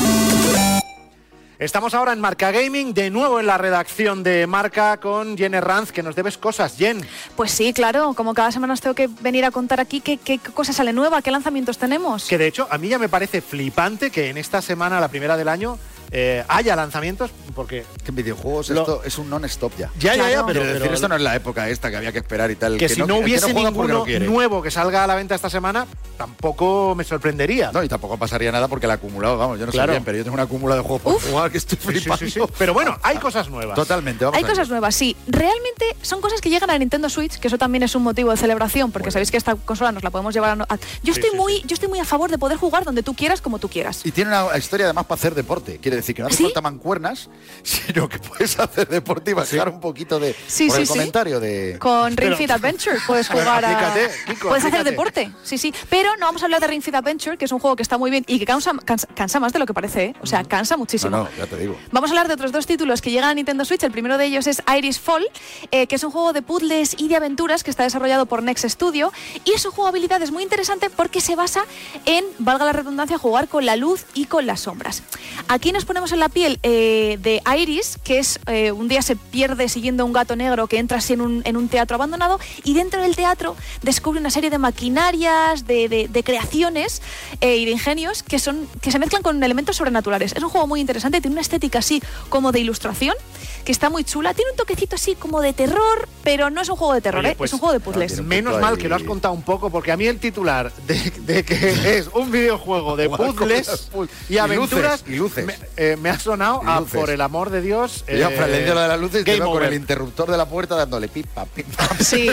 Estamos ahora en Marca Gaming, de nuevo en la redacción de Marca con Jen Herranz, que nos debes cosas, Jen. Pues sí, claro, como cada semana os tengo que venir a contar aquí qué cosa sale nueva, qué lanzamientos tenemos. Que de hecho, a mí ya me parece flipante que en esta semana, la primera del año, haya lanzamientos, porque... Que en videojuegos esto es un non-stop ya. Ya, pero decir, esto no es la época esta que había que esperar y tal. Que si no hubiese ninguno no nuevo que salga a la venta esta semana, tampoco me sorprendería. No, y tampoco pasaría nada porque el acumulado, vamos, yo no sé bien, pero yo tengo un acumulado de juegos por jugar que estoy flipando. Sí. Pero bueno, hay cosas nuevas. Totalmente, hay cosas nuevas, sí. Realmente son cosas que llegan a Nintendo Switch, que eso también es un motivo de celebración, porque sabéis que esta consola nos la podemos llevar a... Yo estoy muy a favor de poder jugar donde tú quieras, como tú quieras. Y tiene una historia además para hacer deporte. Quiere decir que no hace falta mancuernas, sino que puedes hacer deporte y bajar un poquito de... por el comentario de... Con Ring Fit Adventure puedes jugar puedes hacer deporte, sí. Pero no vamos a hablar de Ring Fit Adventure, que es un juego que está muy bien y que cansa más de lo que parece, ¿eh? O sea, cansa muchísimo. No, ya te digo. Vamos a hablar de otros dos títulos que llegan a Nintendo Switch. El primero de ellos es Iris Fall, que es un juego de puzzles y de aventuras que está desarrollado por Next Studio, y su jugabilidad es muy interesante porque se basa en, valga la redundancia, jugar con la luz y con las sombras. Aquí nos ponemos en la piel de Iris, que es un día se pierde siguiendo a un gato negro que entra así en un teatro abandonado, y dentro del teatro descubre una serie de maquinarias, de creaciones y de ingenios que se mezclan con elementos sobrenaturales. Es un juego muy interesante, tiene una estética así como de ilustración, que está muy chula, tiene un toquecito así como de terror, pero no es un juego de terror. Oye, pues, es un juego de puzzles. Menos mal que lo has contado un poco, porque a mí el titular de que es un videojuego de puzzles y aventuras y luces. Me ha sonado a por el amor de Dios. Yo para el de las luces Game con Over. el interruptor de la puerta dándole pipa. Sí.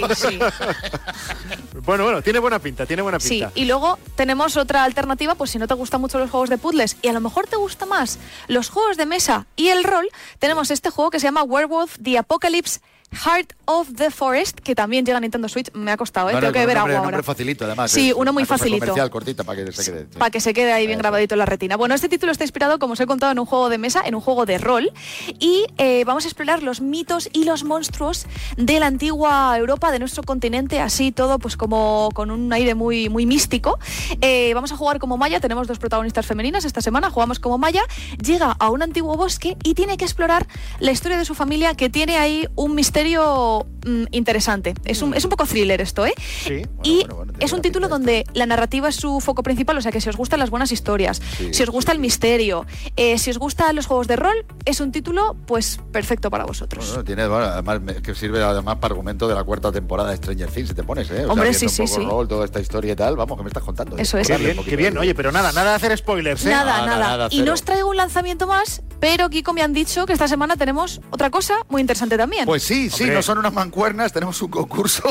Bueno, tiene buena pinta. Sí, y luego tenemos otra alternativa, pues si no te gustan mucho los juegos de puzzles y a lo mejor te gusta más los juegos de mesa y el rol, tenemos este juego que se llama Werewolf The Apocalypse Heart of the Forest, que también llega a Nintendo Switch. Me ha costado, tengo que ver agua ahora. Nombre facilito, además. Sí, uno muy facilito. Comercial, cortita, para que se quede. Para que se quede ahí bien grabadito en la retina. Bueno, este título está inspirado, como os he contado, en un juego de mesa, en un juego de rol, y vamos a explorar los mitos y los monstruos de la antigua Europa, de nuestro continente, así todo pues como con un aire muy, muy místico. Vamos a jugar como Maya, tenemos dos protagonistas femeninas esta semana, jugamos como Maya, llega a un antiguo bosque y tiene que explorar la historia de su familia, que tiene ahí un misterio interesante. Es un poco thriller esto, ¿eh? Sí. Bueno, es un título donde la narrativa es su foco principal, o sea que si os gustan las buenas historias, si os gusta el misterio, si os gustan los juegos de rol, es un título pues perfecto para vosotros. Bueno, tiene, además que sirve además para argumento de la cuarta temporada de Stranger Things, si te pones, ¿eh? Hombre, sí. Rol, toda esta historia y tal, vamos, que me estás contando. Eso es. Qué bien. Oye, pero nada de hacer spoilers, ¿eh? Nada. Y no os traigo un lanzamiento más, Pero, Kiko, me han dicho que esta semana tenemos otra cosa muy interesante también. Pues sí, Hombre. no son unas mancuernas, tenemos un concurso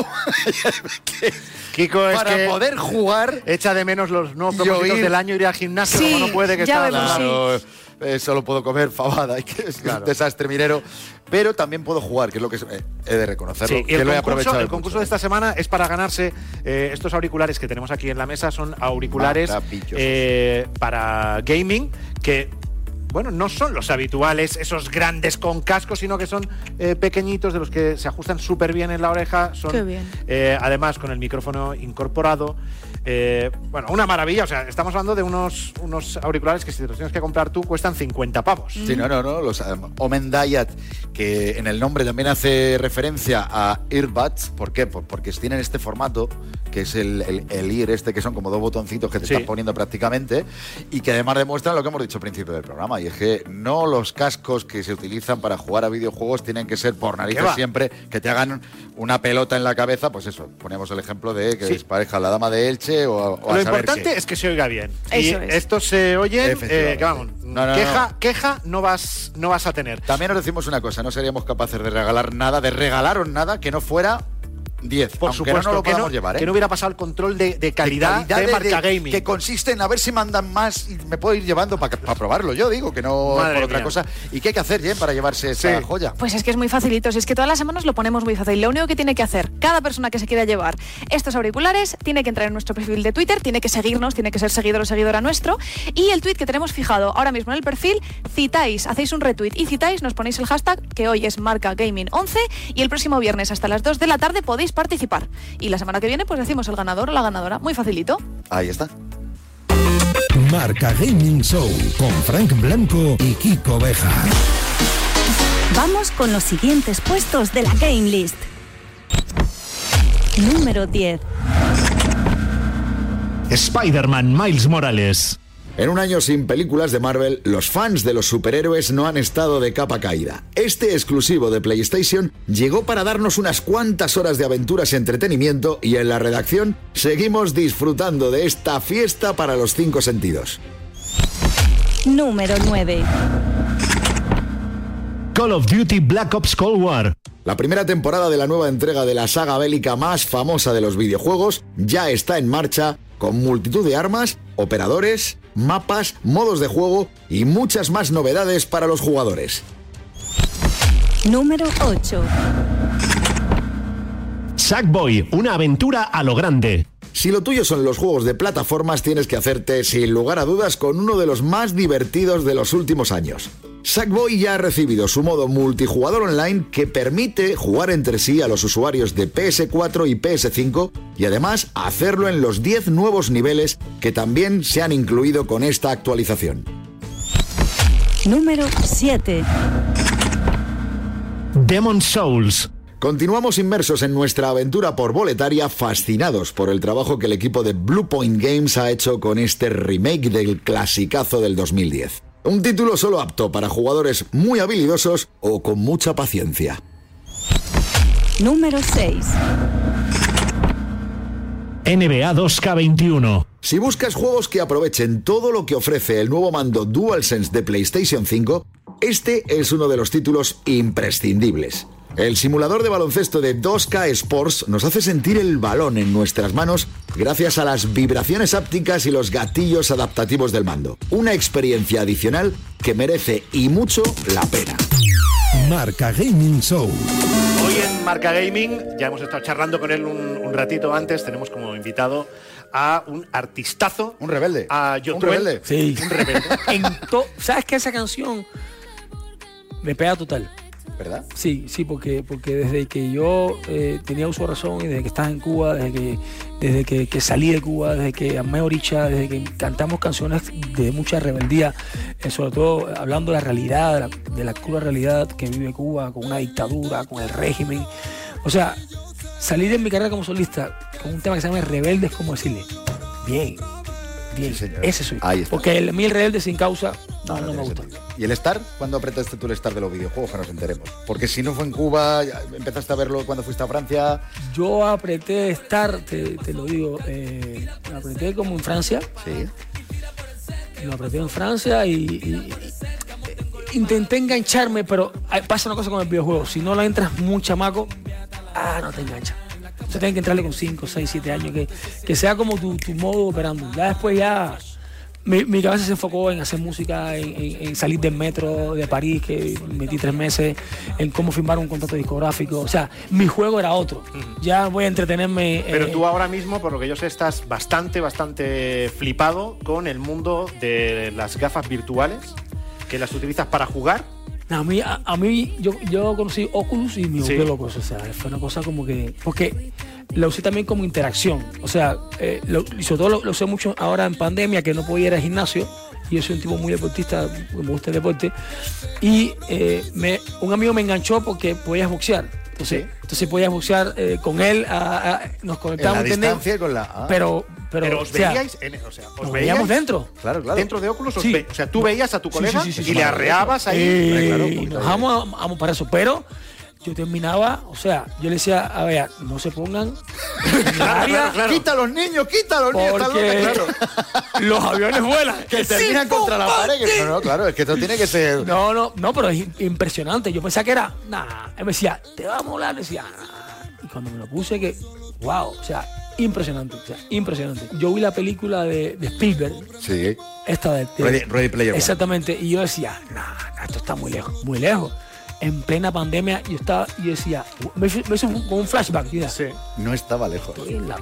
Kiko, es para que poder jugar. echa de menos los nuevos propósitos oír. del año, ir al gimnasio, Sí, como no puede, que ya está... vemos, Claro, solo puedo comer fabada, y que es un desastre minero, pero también puedo jugar, que es lo que he de reconocerlo, Sí, y que lo he aprovechado. el concurso de esta semana es para ganarse estos auriculares que tenemos aquí en la mesa. Son auriculares para gaming que, bueno, no son los habituales, esos grandes con casco, sino que son pequeños, de los que se ajustan súper bien en la oreja. Son, Qué bien. además, con el micrófono incorporado. Bueno, una maravilla. O sea, estamos hablando de unos auriculares que, si te los tienes que comprar tú, cuestan 50 pavos. Sí, no, los Omen Diet, que en el nombre también hace referencia a earbuds. ¿Por qué? Porque tienen este formato, que es el ear este, que son como 2 botoncitos que te están poniendo prácticamente, y que además demuestran lo que hemos dicho al principio del programa, y es que no los cascos que se utilizan para jugar a videojuegos tienen que ser por narices siempre que te hagan una pelota en la cabeza. Pues eso, ponemos el ejemplo de que es pareja la Dama de Elche o Lo importante es que se oiga bien. Eso y es. estos se oyen, Efectivamente. que vamos, queja no vas a tener. También os decimos una cosa, no seríamos capaces de regalaros nada que no fuera 10, Por aunque supuesto, no lo que, podamos llevar, ¿eh? que no hubiera pasado el control de calidad de Marca Gaming. Que consiste en a ver si mandan más y me puedo ir llevando para probarlo. Yo digo que no Madre por otra mía. cosa. ¿Y qué hay que hacer, Jen, para llevarse esa joya? Pues es que es muy facilito, si es que todas las semanas lo ponemos muy fácil. Lo único que tiene que hacer cada persona que se quiera llevar estos auriculares tiene que entrar en nuestro perfil de Twitter, tiene que seguirnos, tiene que ser seguidor o seguidora nuestro, y el tweet que tenemos fijado ahora mismo en el perfil, citáis, hacéis un retweet y citáis, nos ponéis el hashtag, que hoy es Marca Gaming 11, y el próximo viernes hasta las 2 de la tarde podéis participar. Y la semana que viene pues decimos el ganador o la ganadora. Muy facilito. Ahí está. Marca Gaming Show con Frank Blanco y Kiko Bejar. Vamos con los siguientes puestos de la Game List. Número 10. Spider-Man Miles Morales. En un año sin películas de Marvel, los fans de los superhéroes no han estado de capa caída. Este exclusivo de PlayStation llegó para darnos unas cuantas horas de aventuras y entretenimiento, y en la redacción seguimos disfrutando de esta fiesta para los 5 sentidos. Número 9. Call of Duty Black Ops Cold War. La primera temporada de la nueva entrega de la saga bélica más famosa de los videojuegos ya está en marcha, con multitud de armas, operadores, mapas, modos de juego y muchas más novedades para los jugadores. Número 8. Sackboy, una aventura a lo grande. Si lo tuyo son los juegos de plataformas, tienes que hacerte, sin lugar a dudas, con uno de los más divertidos de los últimos años. Sackboy ya ha recibido su modo multijugador online, que permite jugar entre sí a los usuarios de PS4 y PS5, y además hacerlo en los 10 nuevos niveles que también se han incluido con esta actualización. Número 7. Demon's Souls. Continuamos inmersos en nuestra aventura por boletaria, fascinados por el trabajo que el equipo de Bluepoint Games ha hecho con este remake del clasicazo del 2010. Un título solo apto para jugadores muy habilidosos o con mucha paciencia. Número 6. NBA 2K21. Si buscas juegos que aprovechen todo lo que ofrece el nuevo mando DualSense de PlayStation 5, este es uno de los títulos imprescindibles. El simulador de baloncesto de 2K Sports nos hace sentir el balón en nuestras manos gracias a las vibraciones ápticas y los gatillos adaptativos del mando. Una experiencia adicional que merece y mucho la pena. Marca Gaming Show. Hoy en Marca Gaming, ya hemos estado charlando con él un ratito antes, tenemos como invitado a un artistazo. Un rebelde. A Un rebelde. Sí. Un rebelde. ¿Sabes que esa canción me pega total? ¿Verdad? Sí, porque desde que yo tenía uso de razón, y desde que estás en Cuba, desde que salí de Cuba, desde que amé Oricha, desde que cantamos canciones de mucha rebeldía, sobre todo hablando de la realidad, de la cruda realidad que vive Cuba, con una dictadura, con el régimen. O sea, salir en mi carrera como solista con un tema que se llama Rebeldes, como decirle, bien, Sí, señor. ese soy. Ahí está. Porque a mí el rebelde sin causa no me tiene gusta. sentido. ¿Y el Star? ¿Cuándo apretaste tú el Star de los videojuegos? Que nos enteremos. Porque si no fue en Cuba, ya empezaste a verlo cuando fuiste a Francia. Yo apreté Star, te lo digo, lo apreté como en Francia. Sí. Lo apreté en Francia y intenté engancharme, pero pasa una cosa con el videojuego. Si no la entras muy chamaco, no te engancha. Tú tienes que entrarle con 5, 6, 7 años, que sea como tu modo operando. Ya después mi cabeza se enfocó en hacer música, en salir del metro de París, que metí 3 meses, en cómo firmar un contrato discográfico. O sea, mi juego era otro. Ya voy a entretenerme. Pero tú ahora mismo, por lo que yo sé, estás bastante flipado con el mundo de las gafas virtuales, que las utilizas para jugar. A mí yo conocí Oculus y me volvió loco. O sea, fue una cosa como que... Porque la usé también como interacción. O sea, y sobre todo lo usé mucho ahora en pandemia, que no podía ir al gimnasio. Y yo soy un tipo muy deportista, me gusta el deporte. Y un amigo me enganchó porque podías boxear. Entonces podías boxear con él, nos conectábamos. En la distancia con la... Pero os veíais, nos veíamos dentro. Claro. Dentro de Oculus, o sea, tú veías a tu colega y le arreabas ahí. Y nos vamos para eso. Pero yo terminaba, o sea, yo le decía, a ver, no se pongan claro. Quita a los niños, porque los aviones vuelan. Que terminan contra la pared. No, claro, es que esto tiene que ser... No, pero es impresionante. Yo pensaba que era, él me decía, te va a molar, decía, y cuando me lo puse, que, wow, o sea, impresionante. Yo vi la película de Spielberg. Sí. Esta de Ready Player One. Exactamente, y yo decía, esto está muy lejos. En plena pandemia yo decía, me hizo un flashback. Sí. No estaba lejos. Estoy en la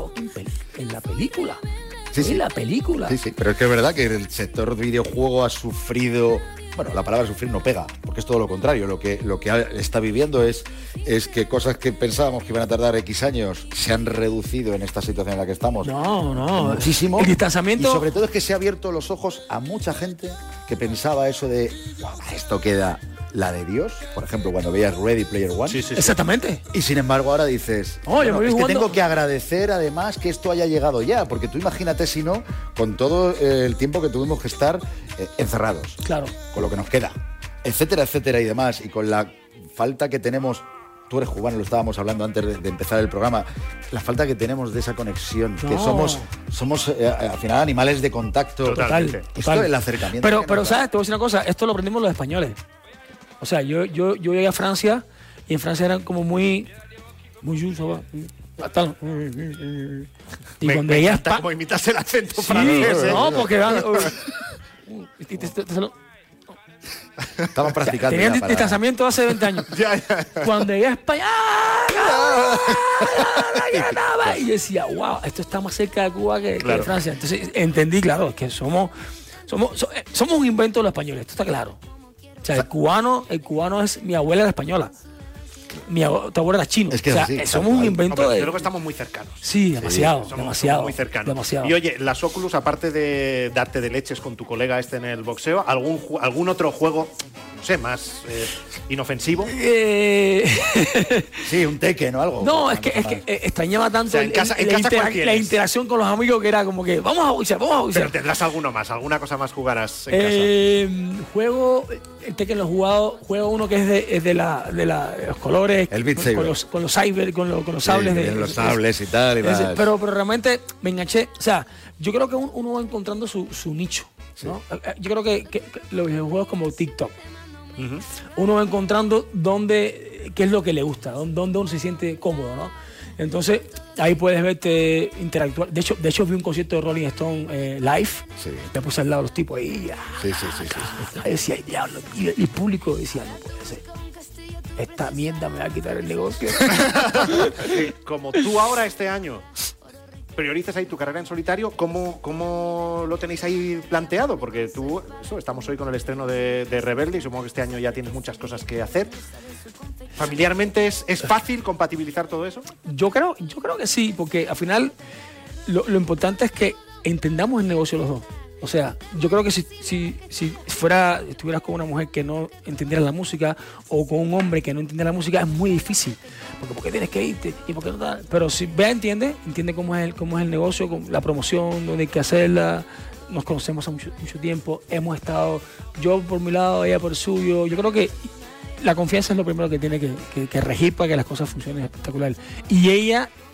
película. Sí. En la película. Sí, pero es que es verdad que el sector videojuego ha sufrido... Bueno, la palabra sufrir no pega, porque es todo lo contrario. Lo que está viviendo es que cosas que pensábamos que iban a tardar X años se han reducido en esta situación en la que estamos. No. Muchísimo. El distanciamiento... Y sobre todo es que se ha abierto los ojos a mucha gente que pensaba eso de, esto queda... la de Dios, por ejemplo, cuando veías Ready Player One. Sí. Exactamente. Y sin embargo ahora dices, es que tengo que agradecer además que esto haya llegado ya, porque tú imagínate si no, con todo el tiempo que tuvimos que estar encerrados. Claro. Con lo que nos queda, etcétera y demás, y con la falta que tenemos... Tú eres cubano, lo estábamos hablando antes de empezar el programa, la falta que tenemos de esa conexión, que somos al final animales de contacto. Total. Esto es el acercamiento. Pero ¿sabes? Te voy a decir una cosa, esto lo aprendimos los españoles. O sea, yo llegué a Francia y en Francia eran como muy y cuando llegué a España, como imitas el acento francés. No, porque estaban practicando. Tenían distanciamiento hace 20 años. Cuando llegué a España, y decía, wow, esto está más cerca de Cuba que de Francia. Entonces entendí, claro, que somos un invento de los españoles, esto está claro. O sea, el cubano es... Mi abuela era española. Tu abuela era chino. Es que somos un invento de... Creo que estamos muy cercanos. Sí, demasiado. Somos muy cercanos. Y oye, las Oculus, aparte de darte de leches con tu colega en el boxeo, ¿algún otro juego, no sé, más inofensivo? Sí, un Tekken o algo. No, es que extrañaba tanto la interacción con los amigos, que era como que vamos a boxear. Pero tendrás alguno más, alguna cosa más jugarás en casa. Juego, el Tekken lo he jugado, juego uno que es de los colores, el Beat Saber. con los cyber, con los sables de los sables y tal. Pero realmente me enganché. O sea, yo creo que uno va encontrando su nicho, ¿no? Yo creo que los videojuegos como TikTok, uno va encontrando qué es lo que le gusta, dónde uno se siente cómodo, ¿no? Entonces ahí puedes verte interactuar. De hecho vi un concierto de Rolling Stone live. Me puse al lado de los tipos ahí. Sí. Ahí decía, diablo. Y el público decía, no puede ser. Esta mierda me va a quitar el negocio. Como tú ahora este año priorizas ahí tu carrera en solitario, ¿cómo lo tenéis ahí planteado? Porque estamos hoy con el estreno de Rebelde y supongo que este año ya tienes muchas cosas que hacer. ¿Familiarmente es fácil compatibilizar todo eso? Yo creo que sí, porque al final lo importante es que entendamos el negocio los dos. O sea, yo creo que si estuvieras con una mujer que no entendiera la música o con un hombre que no entendiera la música, es muy difícil. Porque ¿por qué tienes que irte? ¿Y por qué no? Pero si entiende cómo es el negocio, con la promoción, dónde hay que hacerla. Nos conocemos hace mucho tiempo, hemos estado, yo por mi lado, ella por el suyo. Yo creo que la confianza es lo primero que tiene que regir para que las cosas funcionen espectacular. Y ella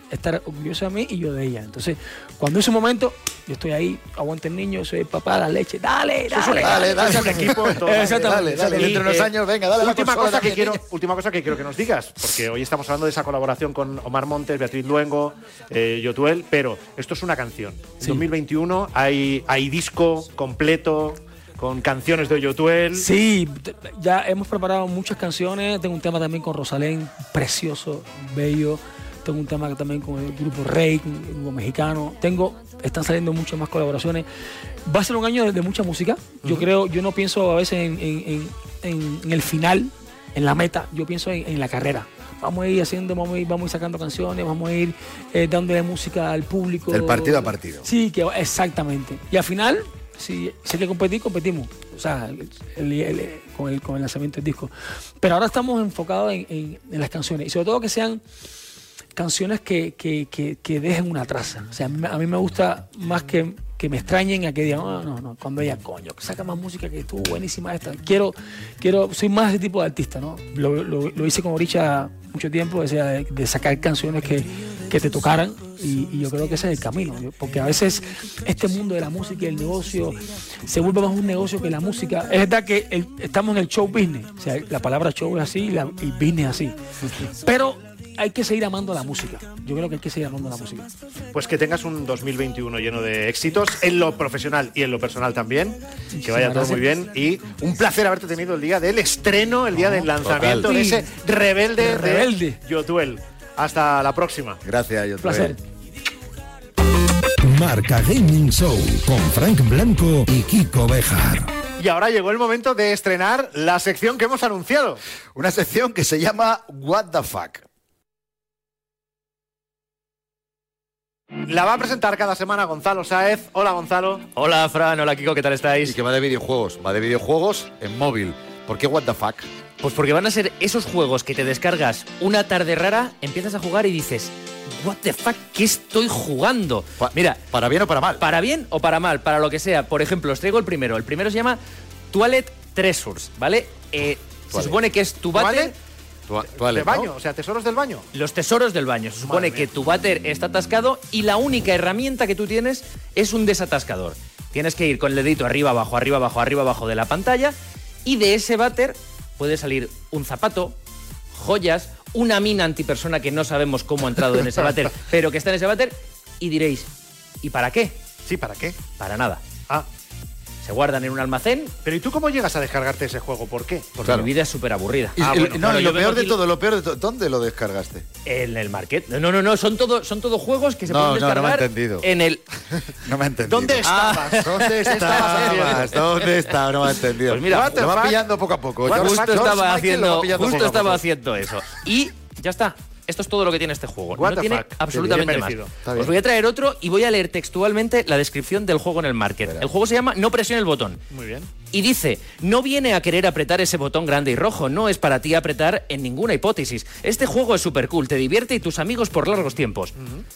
estar orgullosa de mí y yo de ella. Entonces, cuando es un momento, yo estoy ahí, aguante el niño, soy el papá, la leche, dale. Es un equipo. Exactamente. Dale, dentro de unos años, venga, dale. Última cosa que quiero que nos digas, porque hoy estamos hablando de esa colaboración con Omar Montes, Beatriz Luengo, Yotuel, pero esto es una canción. En 2021 hay disco completo con canciones de Yotuel. Sí, ya hemos preparado muchas canciones. Tengo un tema también con Rosalén, precioso, bello. Tengo un tema también con el grupo Rey, un grupo mexicano. Están saliendo muchas más colaboraciones. Va a ser un año de mucha música. Yo no pienso a veces en el final, en la meta. Yo pienso en la carrera. Vamos a ir haciendo, vamos a ir sacando canciones, vamos a ir dándole música al público. Del partido a partido. Sí, exactamente. Y al final, si hay que competir, competimos. O sea, con el lanzamiento del disco. Pero ahora estamos enfocados en las canciones. Y sobre todo que sean canciones que dejen una traza. O sea, a mí me gusta más que me extrañen a que digan, no, cuando ella, coño, saca más música que estuvo buenísima esta. Soy más ese tipo de artista, ¿no? Lo hice con Oricha mucho tiempo, de sacar canciones que te tocaran, y yo creo que ese es el camino, porque a veces este mundo de la música y el negocio se vuelve más un negocio que la música. Es verdad que estamos en el show business, o sea, la palabra show es así y business así, pero hay que seguir amando la música. Yo creo que hay que seguir amando la música. Pues que tengas un 2021 lleno de éxitos en lo profesional y en lo personal también. Que vaya todo muy bien. Y un placer haberte tenido el día del estreno, el día del lanzamiento de ese rebelde de Yotuel. Hasta la próxima. Gracias, Yotuel. Placer. Marca Gaming Show con Frank Blanco y Kiko Bejar. Y ahora llegó el momento de estrenar la sección que hemos anunciado. Una sección que se llama What the Fuck. La va a presentar cada semana Gonzalo Sáez. Hola, Gonzalo. Hola, Fran. Hola, Kiko. ¿Qué tal estáis? Y que va de videojuegos. Va de videojuegos en móvil. ¿Por qué what the fuck? Pues porque van a ser esos juegos que te descargas una tarde rara, empiezas a jugar y dices, what the fuck, ¿qué estoy jugando? Mira, ¿para bien o para mal? Para bien o para mal, para lo que sea. Por ejemplo, os traigo el primero. El primero se llama Toilet Treasures, ¿vale? Se supone que es tu váter... de baño, ¿no? O sea, tesoros del baño. Los tesoros del baño. Se supone que tu váter está atascado y la única herramienta que tú tienes es un desatascador. Tienes que ir con el dedito arriba, abajo, arriba, abajo, arriba, abajo de la pantalla, y de ese váter puede salir un zapato, joyas, una mina antipersona que no sabemos cómo ha entrado en ese váter, pero que está en ese váter, y diréis, ¿y para qué? Sí, ¿para qué? Para nada. Ah. Se guardan en un almacén. Pero ¿y tú cómo llegas a descargarte ese juego? ¿Por qué? Porque mi vida es súper aburrida. Lo peor de todo, ¿dónde lo descargaste? En el market. No, son todo juegos que se pueden descargar. No me he entendido. En el... No me he entendido. ¿Dónde estabas? ¿Dónde estabas? ¿Dónde estaba? No me he entendido. Pues mira, lo va pillando poco a poco. Justo estaba haciendo eso. Y ya está. Esto es todo lo que tiene este juego. No tiene absolutamente más. Os voy a traer otro y voy a leer textualmente la descripción del juego en el market. El juego se llama No presione el botón. Muy bien. Y dice, no viene a querer apretar ese botón grande y rojo, no es para ti apretar en ninguna hipótesis. Este juego es súper cool, te divierte y tus amigos por largos tiempos.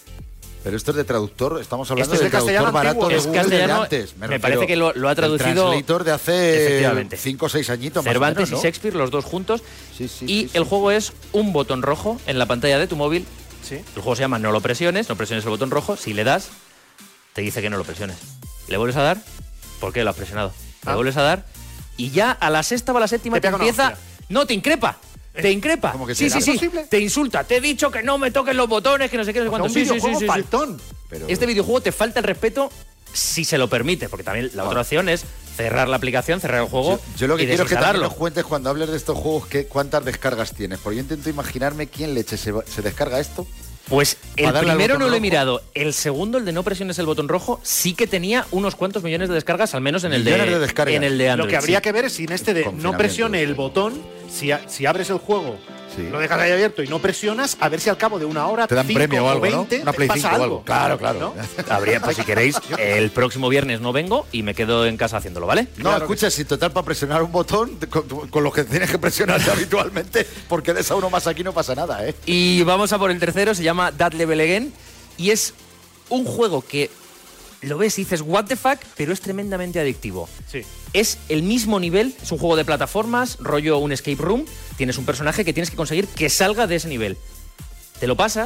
Pero esto es de traductor, estamos hablando de traductor barato de Google de antes. Me parece que lo ha traducido... El translator de hace 5 o 6 añitos más Cervantes o menos, ¿no? y Shakespeare, los dos juntos. Sí, el juego es un botón rojo en la pantalla de tu móvil. Sí. El juego se llama No presiones el botón rojo. Si le das, te dice que no lo presiones. Le vuelves a dar, ¿por qué lo has presionado? Le vuelves a dar y ya a la sexta o a la séptima te empieza... No, te increpa. Te increpa. ¿Cómo que sí. posible? Te insulta. Te he dicho que no me toques los botones, que no sé qué, no sé cuánto. Un videojuego faltón. Pero... Este videojuego te falta el respeto si se lo permite, porque también la otra opción es cerrar la aplicación, cerrar el juego. Yo lo que y quiero es que también nos cuentes cuando hables de estos juegos cuántas descargas tienes, porque yo intento imaginarme quién leche se descarga esto. Pues el primero no lo he rojo. mirado. El segundo, el de No presiones el botón rojo, sí que tenía unos cuantos millones de descargas, al menos en el de Android. Lo que habría que ver es si en este de no presione el botón, si abres el juego, lo dejas ahí abierto y no presionas, a ver si al cabo de una hora, te dan 5 premio o algo, 20, ¿no? Una Play 5 o algo. Claro. ¿No? Habría, pues si queréis, el próximo viernes no vengo y me quedo en casa haciéndolo, ¿vale? No, claro, escucha, si total para presionar un botón, con lo que tienes que presionar habitualmente, porque des a uno más aquí no pasa nada, ¿eh? Y vamos a por el tercero, se llama That Level Again, y es un juego que lo ves y dices, what the fuck, pero es tremendamente adictivo. Sí. Es el mismo nivel, es un juego de plataformas, rollo un escape room, tienes un personaje que tienes que conseguir que salga de ese nivel. Te lo pasas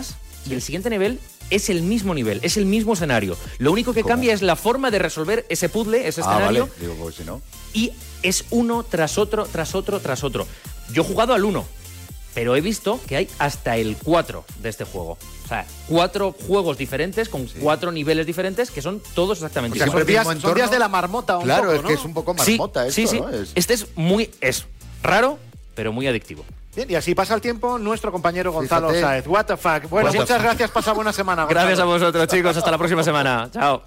y el siguiente nivel es el mismo nivel, es el mismo escenario. Lo único que cambia es la forma de resolver ese puzzle, ese escenario. Vale. Digo, pues si no. Y es uno tras otro, tras otro, tras otro. Yo he jugado al 1, pero he visto que hay hasta el 4 de este juego. O sea, 4 juegos diferentes con 4 niveles diferentes que son todos exactamente iguales. Son días de la marmota un claro, poco, es ¿no? que es un poco marmota esto, sí. ¿no? Este es raro, pero muy adictivo. Bien, y así pasa el tiempo nuestro compañero Gonzalo Fíjate. Sáez. What the fuck. Bueno, muchas gracias, pasa buena semana, Gonzalo. Gracias a vosotros, chicos. Hasta la próxima semana. Chao.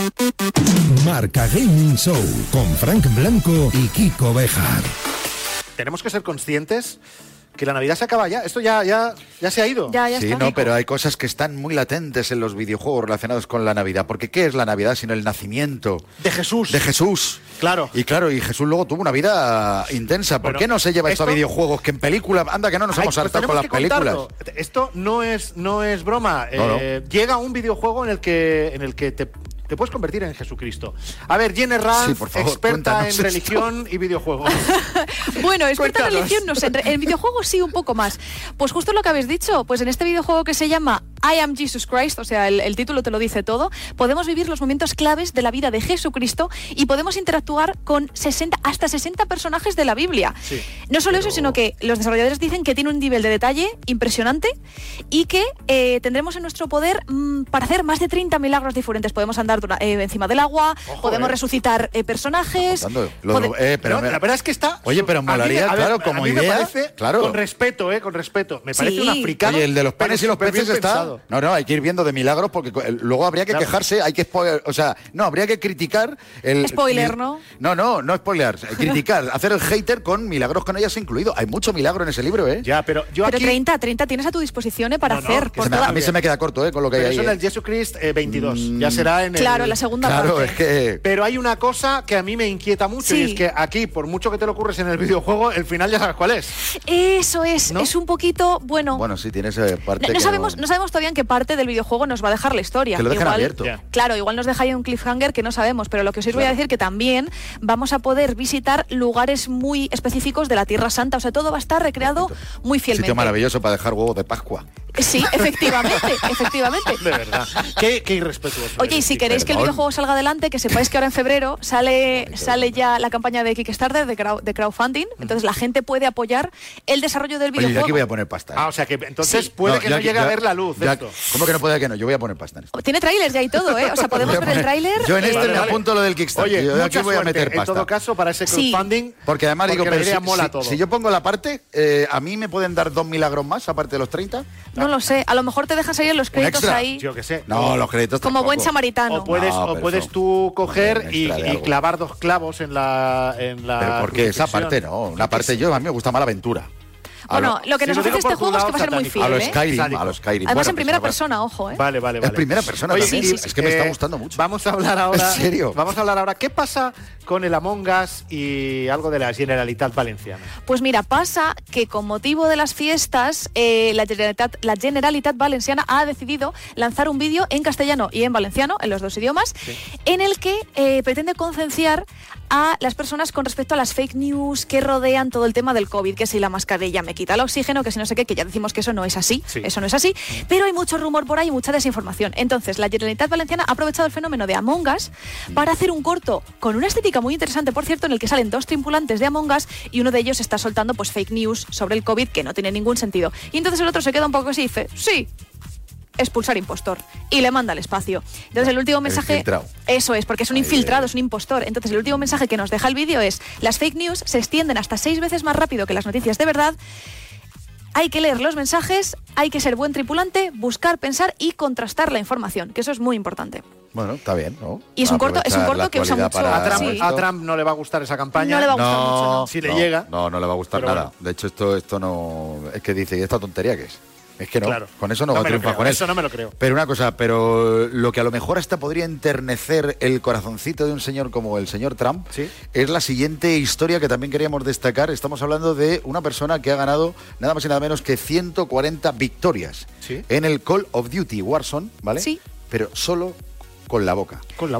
Marca Gaming Show con Frank Blanco y Kiko Bejar. Tenemos que ser conscientes que la Navidad se acaba ya. Esto ya se ha ido. Ya Sí, está. no, pero hay cosas que están muy latentes en los videojuegos relacionados con la Navidad. Porque ¿qué es la Navidad sino el nacimiento De Jesús. de Jesús? Claro. Y Jesús luego tuvo una vida intensa. ¿Por Bueno, qué no se lleva esto a esto- videojuegos? Que en películas, anda que no nos Ay, hemos pues hartado con tenemos las que películas. contarlo. Esto no es broma. No. Llega un videojuego en el que te puedes convertir en Jesucristo. A ver, Jenny Ranz, Sí, por favor, experta cuéntanos en esto. religión y videojuegos. Bueno, experta en Cuéntanos. religión, no sé, en videojuegos sí un poco más. Pues justo lo que habéis dicho, pues en este videojuego que se llama I Am Jesus Christ, o sea, el título te lo dice todo, podemos vivir los momentos claves de la vida de Jesucristo y podemos interactuar con hasta 60 personajes de la Biblia. Sí, no solo eso, sino que los desarrolladores dicen que tiene un nivel de detalle impresionante y que tendremos en nuestro poder para hacer más de 30 milagros diferentes. Podemos andar encima del agua, Ojo, podemos resucitar personajes. Contando. Pero la verdad es que está... Oye, pero a mí molaría, a ver, claro, como a mí me idea, parece, claro. con respeto, me parece Sí. un africano. Oye, el de los panes y pero los peces superbién está... pensado. No, hay que ir viendo de milagros porque luego habría que Claro. quejarse, hay que spoiler, o sea, no, habría que criticar el... Spoiler, ¿no? No spoiler, criticar, hacer el hater con milagros que no hayas incluido. Hay mucho milagro en ese libro, ¿eh? Ya, pero yo Pero aquí... 30 tienes a tu disposición para No, no, hacer. que por se me- toda- A mí se me queda corto, con lo que Pero hay eso ahí. en el Jesucrist 22. Ya será en el... Claro, la segunda Claro, parte. es que... Pero hay una cosa que a mí me inquieta mucho Sí. y es que aquí, por mucho que te lo ocurres en el videojuego, el final ya sabes cuál es. Eso es, ¿No? es un poquito, bueno, Bueno, sí, tiene esa parte no que sabemos todavía en qué parte del videojuego nos va a dejar la historia. Que lo dejen Igual- abierto. Ya. Claro, igual nos deja ahí un cliffhanger que no sabemos, pero lo que os voy a decir que también vamos a poder visitar lugares muy específicos de la Tierra Santa, o sea, todo va a estar recreado muy fielmente. Sitio maravilloso para dejar huevos de Pascua. Sí, efectivamente. De verdad. Qué irrespetuoso. Oye, y eres, si Kiko. queréis que el Perdón. videojuego salga adelante, que sepáis que ahora en febrero sale ya la campaña de Kickstarter de crowdfunding, entonces la gente puede apoyar el desarrollo del Oye, yo videojuego. aquí voy a poner pasta. ¿eh? Ah, o sea que entonces Sí. puede que yo no aquí- llegue a yo- ver la luz yo- esto. ¿Cómo que no puede que no? Yo voy a poner pasta en esto. Tiene trailers ya y todo, ¿eh? O sea, podemos Voy a ver el poner- tráiler. Yo en este Vale, me vale. apunto lo del Kickstarter. Oye, Yo de mucha aquí voy a suerte, meter pasta. en todo caso, para ese Sí. crowdfunding. Porque además digo, porque pero la idea si, mola si- todo. si yo pongo la parte, a mí me pueden dar 2 milagros más, aparte de los 30. No lo sé, a lo mejor te dejan salir los créditos extra. ahí Yo qué sé. No, los créditos como buen tampoco. samaritano. O puedes, No, o pero puedes eso- tú coger un y extra de algo. clavar 2 clavos en la Pero porque esa crucifixión. parte no. Una parte yo, a mí me gusta más la aventura. A Bueno, lo que Sí, nos lo ofrece digo este por juego es que va a ser muy satánico. a fiel, los ¿eh? Skyrim, Sádico. a los Skyrim. Además Bueno, en pues primera ahora- persona, ojo, ¿eh? Vale. Es primera persona Oye, también. sí, Es que me está gustando mucho. Vamos a hablar ahora. ¿En serio? Vamos a hablar ahora. ¿Qué pasa con el Among Us y algo de la Generalitat Valenciana? Pues mira, pasa que con motivo de las fiestas, la Generalitat Valenciana ha decidido lanzar un vídeo en castellano y en valenciano, en los dos idiomas, en el que pretende concienciar a las personas con respecto a las fake news que rodean todo el tema del COVID, que si la mascarilla me quita el oxígeno, que si no sé qué, que ya decimos que eso no es así, Sí. eso no es así, pero hay mucho rumor por ahí y mucha desinformación. Entonces, la Generalitat Valenciana ha aprovechado el fenómeno de Among Us para hacer un corto con una estética muy interesante, por cierto, en el que salen 2 tripulantes de Among Us y uno de ellos está soltando pues fake news sobre el COVID que no tiene ningún sentido. Y entonces el otro se queda un poco así y dice, sí, expulsar impostor, y le manda al espacio. Entonces el último mensaje... infiltrado. Eso es, porque es un infiltrado, es un impostor. Entonces el último mensaje que nos deja el vídeo es: las fake news se extienden hasta 6 veces más rápido que las noticias de verdad. Hay que leer los mensajes, hay que ser buen tripulante, buscar, pensar y contrastar la información, que eso es muy importante. Bueno, está bien, ¿no? Y es un corto Aprovechar que usa la mucho- actualidad A para Trump, Sí. a esto. Trump no le va a gustar esa campaña. No le va a gustar mucho, ¿no? Si le llega. No le va a gustar Pero nada. bueno. De hecho, esto no... Es que dice, ¿y esta tontería qué es? Es que no, Claro. con eso no, No va a me lo triunfar creo, con él. eso no me lo creo. Pero una cosa, lo que a lo mejor hasta podría enternecer el corazoncito de un señor como el señor Trump Sí. es la siguiente historia que también queríamos destacar. Estamos hablando de una persona que ha ganado nada más y nada menos que 140 victorias Sí. en el Call of Duty Warzone, ¿vale? Sí. Pero solo con la boca. Con la boca.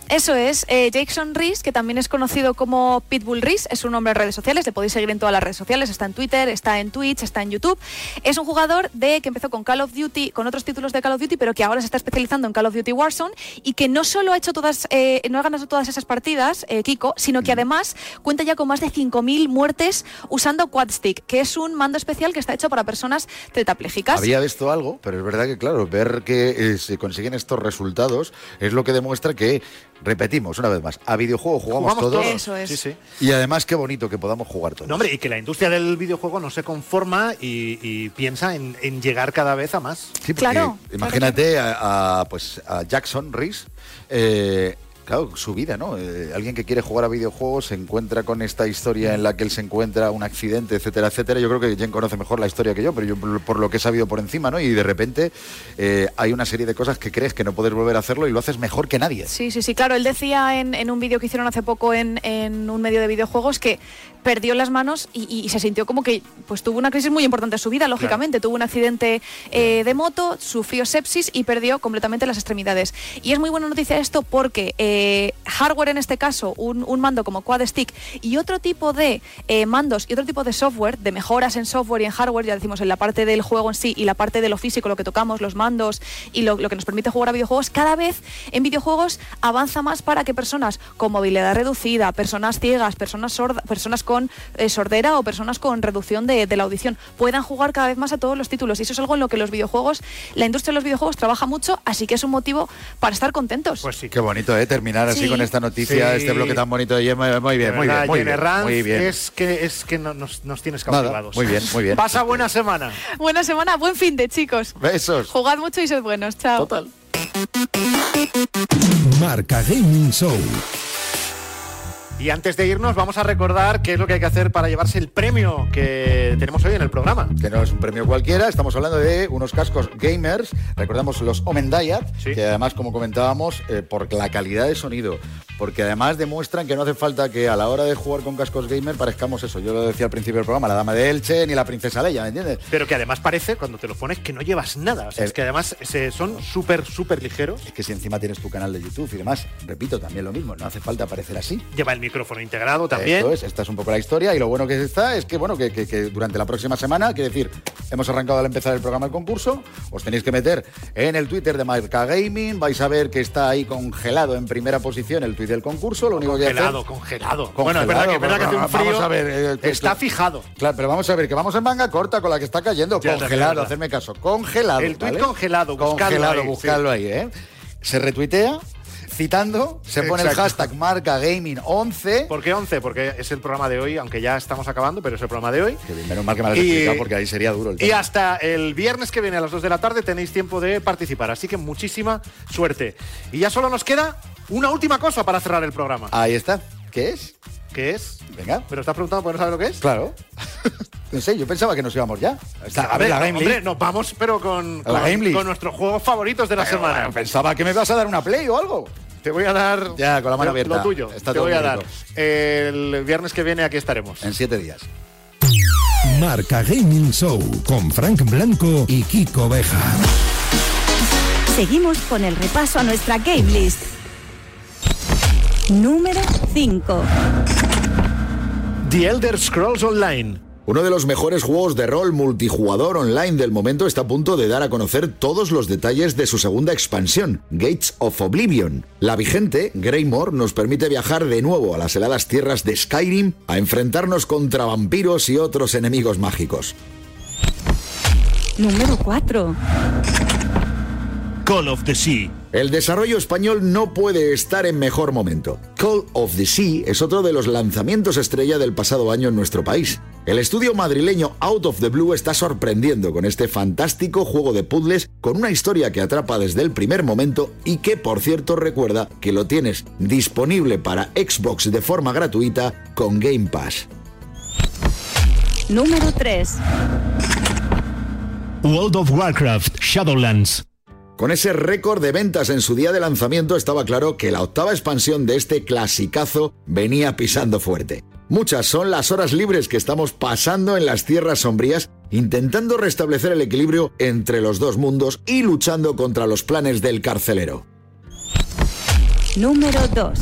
Eso es, Jackson Reese, que también es conocido como Pitbull Reese, es un nombre en redes sociales, le podéis seguir en todas las redes sociales, está en Twitter, está en Twitch, está en YouTube. Es un jugador que empezó con Call of Duty, con otros títulos de Call of Duty, pero que ahora se está especializando en Call of Duty Warzone y que no solo ha hecho no ha ganado todas esas partidas, Kiko, sino que además cuenta ya con más de 5.000 muertes usando Quad Stick, que es un mando especial que está hecho para personas tetraplégicas. Había visto algo, pero es verdad que, claro, ver que se consiguen estos resultados es lo que demuestra que, repetimos una vez más, a videojuegos jugamos todos. Eso es. Sí, sí. Y además qué bonito que podamos jugar todos. No, hombre, y que la industria del videojuego no se conforma y piensa en llegar cada vez a más. Sí, porque claro, imagínate a Jackson Reese, claro, su vida, ¿no? Alguien que quiere jugar a videojuegos se encuentra con esta historia en la que él se encuentra un accidente, etcétera, etcétera. Yo creo que Jen conoce mejor la historia que yo, pero yo por lo que he sabido por encima, ¿no? Y de repente hay una serie de cosas que crees que no puedes volver a hacerlo y lo haces mejor que nadie. Sí, claro. Él decía en un vídeo que hicieron hace poco en un medio de videojuegos que perdió las manos y se sintió como que pues tuvo una crisis muy importante en su vida, lógicamente. Claro. Tuvo un accidente de moto, sufrió sepsis y perdió completamente las extremidades. Y es muy buena noticia esto porque hardware, en este caso, un mando como Quad Stick y otro tipo de mandos y otro tipo de software, de mejoras en software y en hardware, ya decimos en la parte del juego en sí y la parte de lo físico, lo que tocamos, los mandos y lo que nos permite jugar a videojuegos, cada vez en videojuegos avanza más para que personas con movilidad reducida, personas ciegas, personas sordas, personas con sordera o personas con reducción de la audición puedan jugar cada vez más a todos los títulos. Y eso es algo en lo que la industria de los videojuegos trabaja mucho, así que es un motivo para estar contentos. Pues sí. Qué bonito, terminar así con esta noticia, sí. Este bloque tan bonito de Gemma. Muy bien, muy bien, muy bien. Es que nos tienes cautivados. Muy bien, muy bien. Pasa buena semana. Buena semana, buen fin de, chicos. Besos. Jugad mucho y sed buenos. Chao. Total. Marca Gaming Show. Y antes de irnos vamos a recordar qué es lo que hay que hacer para llevarse el premio que tenemos hoy en el programa. Que no es un premio cualquiera, estamos hablando de unos cascos gamers, recordamos los Omen Diet, sí. Que además, como comentábamos, por la calidad de sonido, porque además demuestran que no hace falta que a la hora de jugar con cascos gamer parezcamos eso, yo lo decía al principio del programa, la dama de Elche ni la princesa Leia, ¿me entiendes? Pero que además parece, cuando te lo pones, que no llevas nada, o sea, es que además son súper ligeros. Es que si encima tienes tu canal de YouTube y demás, repito, también lo mismo, no hace falta parecer así. Lleva el micrófono integrado también. Esto es, esta es un poco la historia y lo bueno que está es que, bueno, que durante la próxima semana, quiere decir, hemos arrancado al empezar el programa el concurso, os tenéis que meter en el Twitter de Marca Gaming, vais a ver que está ahí congelado en primera posición el tweet del concurso, lo único congelado. Bueno, es verdad que hace un frío, vamos a ver, está fijado. Claro, pero vamos a ver, que vamos en manga corta con la que está cayendo, ya, congelado, hacerme caso, congelado. El tweet, ¿vale? Congelado, buscadlo ahí, ¿eh? Se retuitea citando, se pone el hashtag Marca Gaming 11. ¿Por qué 11? Porque es el programa de hoy, aunque ya estamos acabando, pero es el programa de hoy. Que bien, menos mal que me lo has explicado, porque ahí sería duro el tema. Y hasta el viernes que viene a las 2 de la tarde tenéis tiempo de participar, así que muchísima suerte. Y ya solo nos queda una última cosa para cerrar el programa. Ahí está. ¿Qué es? ¿Qué es? Venga. ¿Pero estás preguntando porque no sabes lo que es? Claro. No sé, yo pensaba que nos íbamos ya. A ver, la Game League. Hombre, nos vamos, pero con nuestros juegos favoritos de la semana. Bueno, pensaba que me vas a dar una Play o algo. Te voy a dar... Ya, con la mano abierta. Lo tuyo. Te voy a dar. El viernes que viene aquí estaremos. En 7 días. Marca Gaming Show con Frank Blanco y Kiko Beja. Seguimos con el repaso a nuestra Game List. Número 5. The Elder Scrolls Online. Uno de los mejores juegos de rol multijugador online del momento está a punto de dar a conocer todos los detalles de su segunda expansión, Gates of Oblivion. La vigente, Greymore, nos permite viajar de nuevo a las heladas tierras de Skyrim a enfrentarnos contra vampiros y otros enemigos mágicos. Número 4. Call of the Sea. El desarrollo español no puede estar en mejor momento. Call of the Sea es otro de los lanzamientos estrella del pasado año en nuestro país. El estudio madrileño Out of the Blue está sorprendiendo con este fantástico juego de puzzles con una historia que atrapa desde el primer momento y que, por cierto, recuerda que lo tienes disponible para Xbox de forma gratuita con Game Pass. Número 3. World of Warcraft Shadowlands. Con ese récord de ventas en su día de lanzamiento estaba claro que la octava expansión de este clasicazo venía pisando fuerte. Muchas son las horas libres que estamos pasando en las tierras sombrías, intentando restablecer el equilibrio entre los dos mundos y luchando contra los planes del carcelero. Número 2.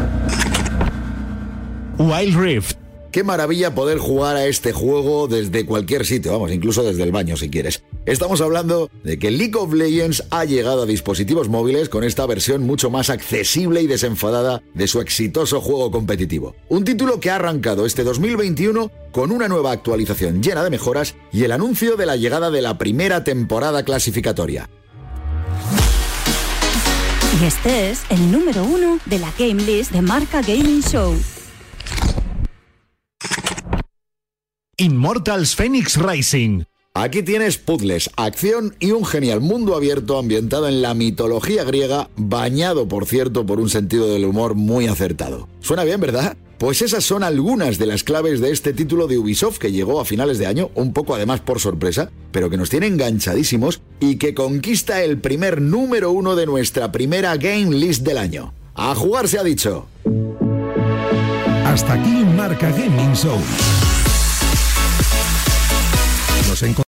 Wild Rift. Qué maravilla poder jugar a este juego desde cualquier sitio, vamos, incluso desde el baño si quieres. Estamos hablando de que League of Legends ha llegado a dispositivos móviles con esta versión mucho más accesible y desenfadada de su exitoso juego competitivo. Un título que ha arrancado este 2021 con una nueva actualización llena de mejoras y el anuncio de la llegada de la primera temporada clasificatoria. Y este es el número 1 de la Game List de Marca Gaming Show. Immortals Phoenix Rising. Aquí tienes puzzles, acción y un genial mundo abierto ambientado en la mitología griega, bañado, por cierto, por un sentido del humor muy acertado. Suena bien, ¿verdad? Pues esas son algunas de las claves de este título de Ubisoft que llegó a finales de año, un poco además por sorpresa, pero que nos tiene enganchadísimos y que conquista el primer número 1 de nuestra primera Game List del año. ¡A jugar se ha dicho! Hasta aquí Marca Gaming Show. Nos